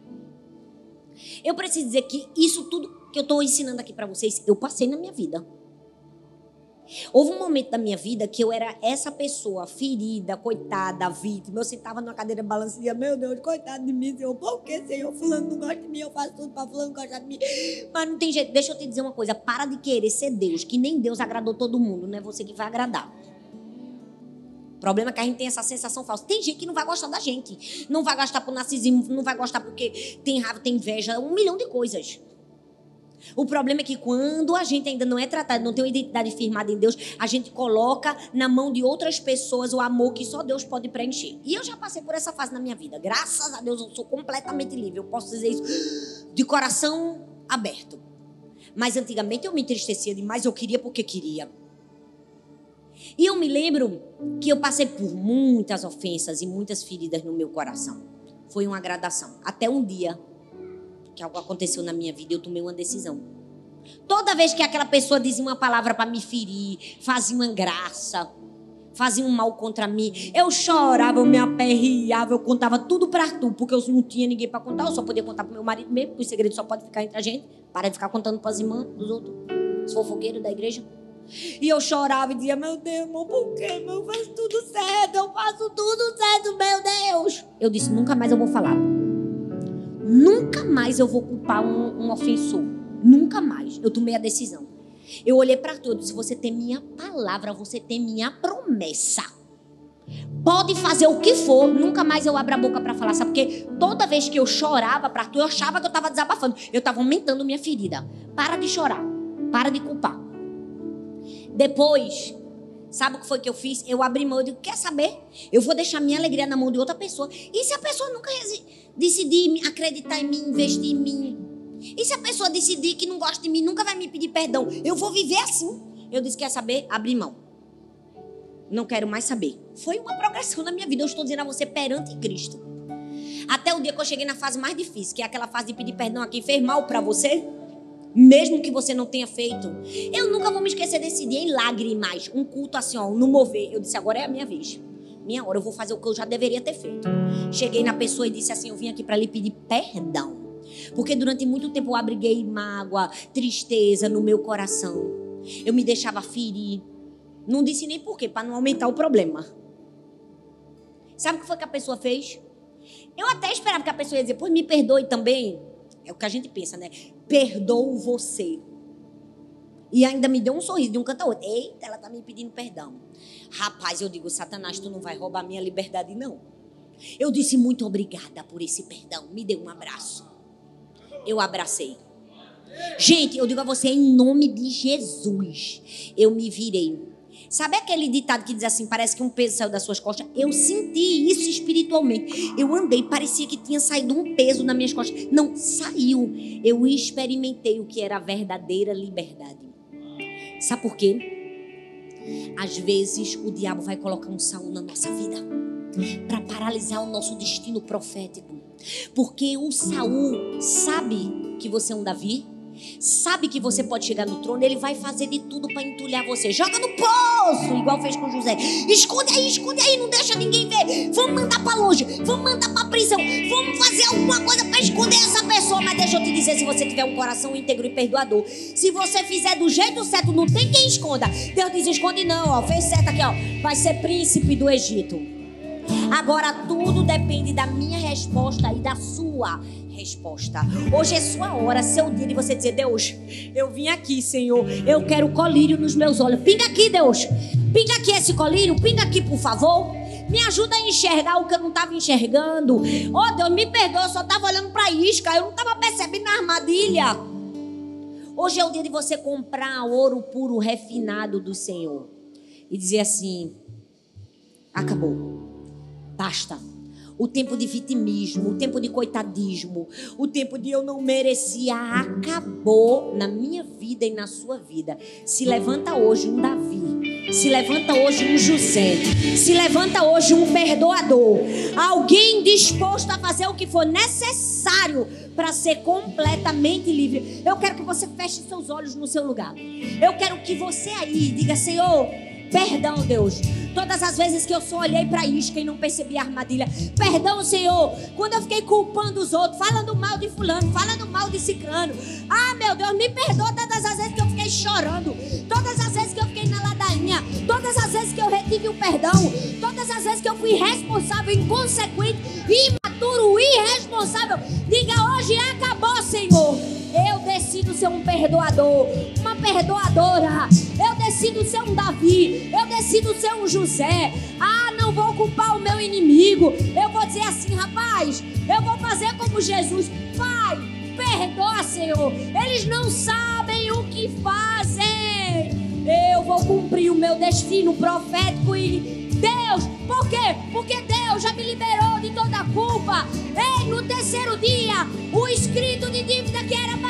Eu preciso dizer que isso tudo que eu estou ensinando aqui para vocês, eu passei na minha vida. Houve um momento da minha vida que eu era essa pessoa ferida, coitada, vítima. Eu sentava numa cadeira balançada e dizia, meu Deus, coitado de mim, Senhor. Por que, Senhor? Fulano não gosta de mim, eu faço tudo para fulano gostar de mim. Mas não tem jeito. Deixa eu te dizer uma coisa. Para de querer ser Deus, que nem Deus agradou todo mundo. Não é você que vai agradar. O problema é que a gente tem essa sensação falsa. Tem gente que não vai gostar da gente. Não vai gostar por narcisismo, não vai gostar porque tem raiva, tem inveja, 1 milhão de coisas. O problema é que quando a gente ainda não é tratado, não tem uma identidade firmada em Deus, a gente coloca na mão de outras pessoas o amor que só Deus pode preencher. E eu já passei por essa fase na minha vida. Graças a Deus eu sou completamente livre. Eu posso dizer isso de coração aberto. Mas antigamente eu me entristecia demais, eu queria porque queria. E eu me lembro que eu passei por muitas ofensas e muitas feridas no meu coração. Foi uma gradação. Até um dia que algo aconteceu na minha vida, eu tomei uma decisão. Toda vez que aquela pessoa dizia uma palavra para me ferir, fazia uma graça, fazia um mal contra mim, eu chorava, eu me aperreava, eu contava tudo para Arthur, porque eu não tinha ninguém para contar, eu só podia contar para meu marido mesmo, porque o segredo só pode ficar entre a gente. Para de ficar contando para as irmãs dos outros, os fofoqueiros da igreja. E eu chorava e dizia, meu Deus, irmão, por quê? Eu faço tudo certo, eu faço tudo certo, meu Deus. Eu disse, nunca mais eu vou falar. Nunca mais eu vou culpar um ofensor. Nunca mais. Eu tomei a decisão. Eu olhei para Arthur e disse, você tem minha palavra, você tem minha promessa. Pode fazer o que for, nunca mais eu abro a boca para falar. Sabe? Porque toda vez que eu chorava para Arthur, eu achava que eu estava desabafando. Eu estava aumentando minha ferida. Para de chorar. Para de culpar. Depois, sabe o que foi que eu fiz? Eu abri mão e digo, quer saber? Eu vou deixar minha alegria na mão de outra pessoa. E se a pessoa nunca decidir acreditar em mim, investir em mim? E se a pessoa decidir que não gosta de mim, nunca vai me pedir perdão? Eu vou viver assim. Eu disse, quer saber? Abri mão. Não quero mais saber. Foi uma progressão na minha vida. Eu estou dizendo a você perante Cristo. Até o dia que eu cheguei na fase mais difícil, que é aquela fase de pedir perdão a quem fez mal para você. Mesmo que você não tenha feito. Eu nunca vou me esquecer desse dia em lágrimas. Um culto assim, ó, no mover. Eu disse, agora é a minha vez. Minha hora, eu vou fazer o que eu já deveria ter feito. Cheguei na pessoa e disse assim, eu vim aqui para lhe pedir perdão. Porque durante muito tempo eu abriguei mágoa, tristeza no meu coração. Eu me deixava ferir. Não disse nem por quê, para não aumentar o problema. Sabe o que foi que a pessoa fez? Eu até esperava que a pessoa ia dizer, pois me perdoe também. É o que a gente pensa, né? Perdoo você. E ainda me deu um sorriso de um canto ao outro. Eita, ela tá me pedindo perdão. Rapaz, eu digo, Satanás, tu não vai roubar minha liberdade, não. Eu disse, muito obrigada por esse perdão. Me dê um abraço. Eu abracei. Gente, eu digo a você, em nome de Jesus, eu me virei. Sabe aquele ditado que diz assim, parece que um peso saiu das suas costas? Eu senti isso espiritualmente. Eu andei, parecia que tinha saído um peso nas minhas costas. Não, saiu. Eu experimentei o que era a verdadeira liberdade. Sabe por quê? Às vezes o diabo vai colocar um Saul na nossa vida para paralisar o nosso destino profético. Porque o Saul sabe que você é um Davi, sabe que você pode chegar no trono, ele vai fazer de tudo para entulhar você. Joga no poço, igual fez com José. Esconde aí, não deixa ninguém ver. Vamos mandar para longe, vamos mandar para prisão, vamos fazer alguma coisa para esconder essa pessoa. Mas deixa eu te dizer, se você tiver um coração íntegro e perdoador, se você fizer do jeito certo, não tem quem esconda. Deus diz, esconde não, ó, fez certo aqui, ó, vai ser príncipe do Egito. Agora tudo depende da minha resposta e da sua resposta. Hoje é sua hora, seu dia de você dizer, Deus, eu vim aqui, Senhor, eu quero colírio nos meus olhos. Pinga aqui, Deus, pinga aqui esse colírio, pinga aqui, por favor. Me ajuda a enxergar o que eu não estava enxergando. Oh, Deus, me perdoa, eu só estava olhando para a isca, eu não estava percebendo a armadilha. Hoje é o dia de você comprar ouro puro, refinado do Senhor e dizer assim, acabou. Basta. O tempo de vitimismo, o tempo de coitadismo, o tempo de eu não merecia, acabou na minha vida e na sua vida. Se levanta hoje um Davi, se levanta hoje um José, se levanta hoje um perdoador, alguém disposto a fazer o que for necessário para ser completamente livre. Eu quero que você feche seus olhos no seu lugar. Eu quero que você aí diga, Senhor, perdão, Deus, todas as vezes que eu só olhei para a isca e não percebi a armadilha. Perdão, Senhor, quando eu fiquei culpando os outros, falando mal de fulano, falando mal de ciclano. Ah, meu Deus, me perdoa todas as vezes que eu fiquei chorando, todas as vezes que eu fiquei na ladainha, todas as vezes que eu retive o perdão, todas as vezes que eu fui irresponsável, inconsequente, imaturo, irresponsável. Diga hoje, acabou, Senhor. Eu decido ser um perdoador, uma perdoadora. Eu decido ser um Davi. Eu decido ser um José. Ah, não vou culpar o meu inimigo. Eu vou dizer assim, rapaz, eu vou fazer como Jesus. Pai, perdoa, Senhor. Eles não sabem o que fazem. Eu vou cumprir o meu destino profético e Deus, por quê? Porque Deus já me liberou de toda a culpa. Ei, no terceiro dia, o escrito de dívida que era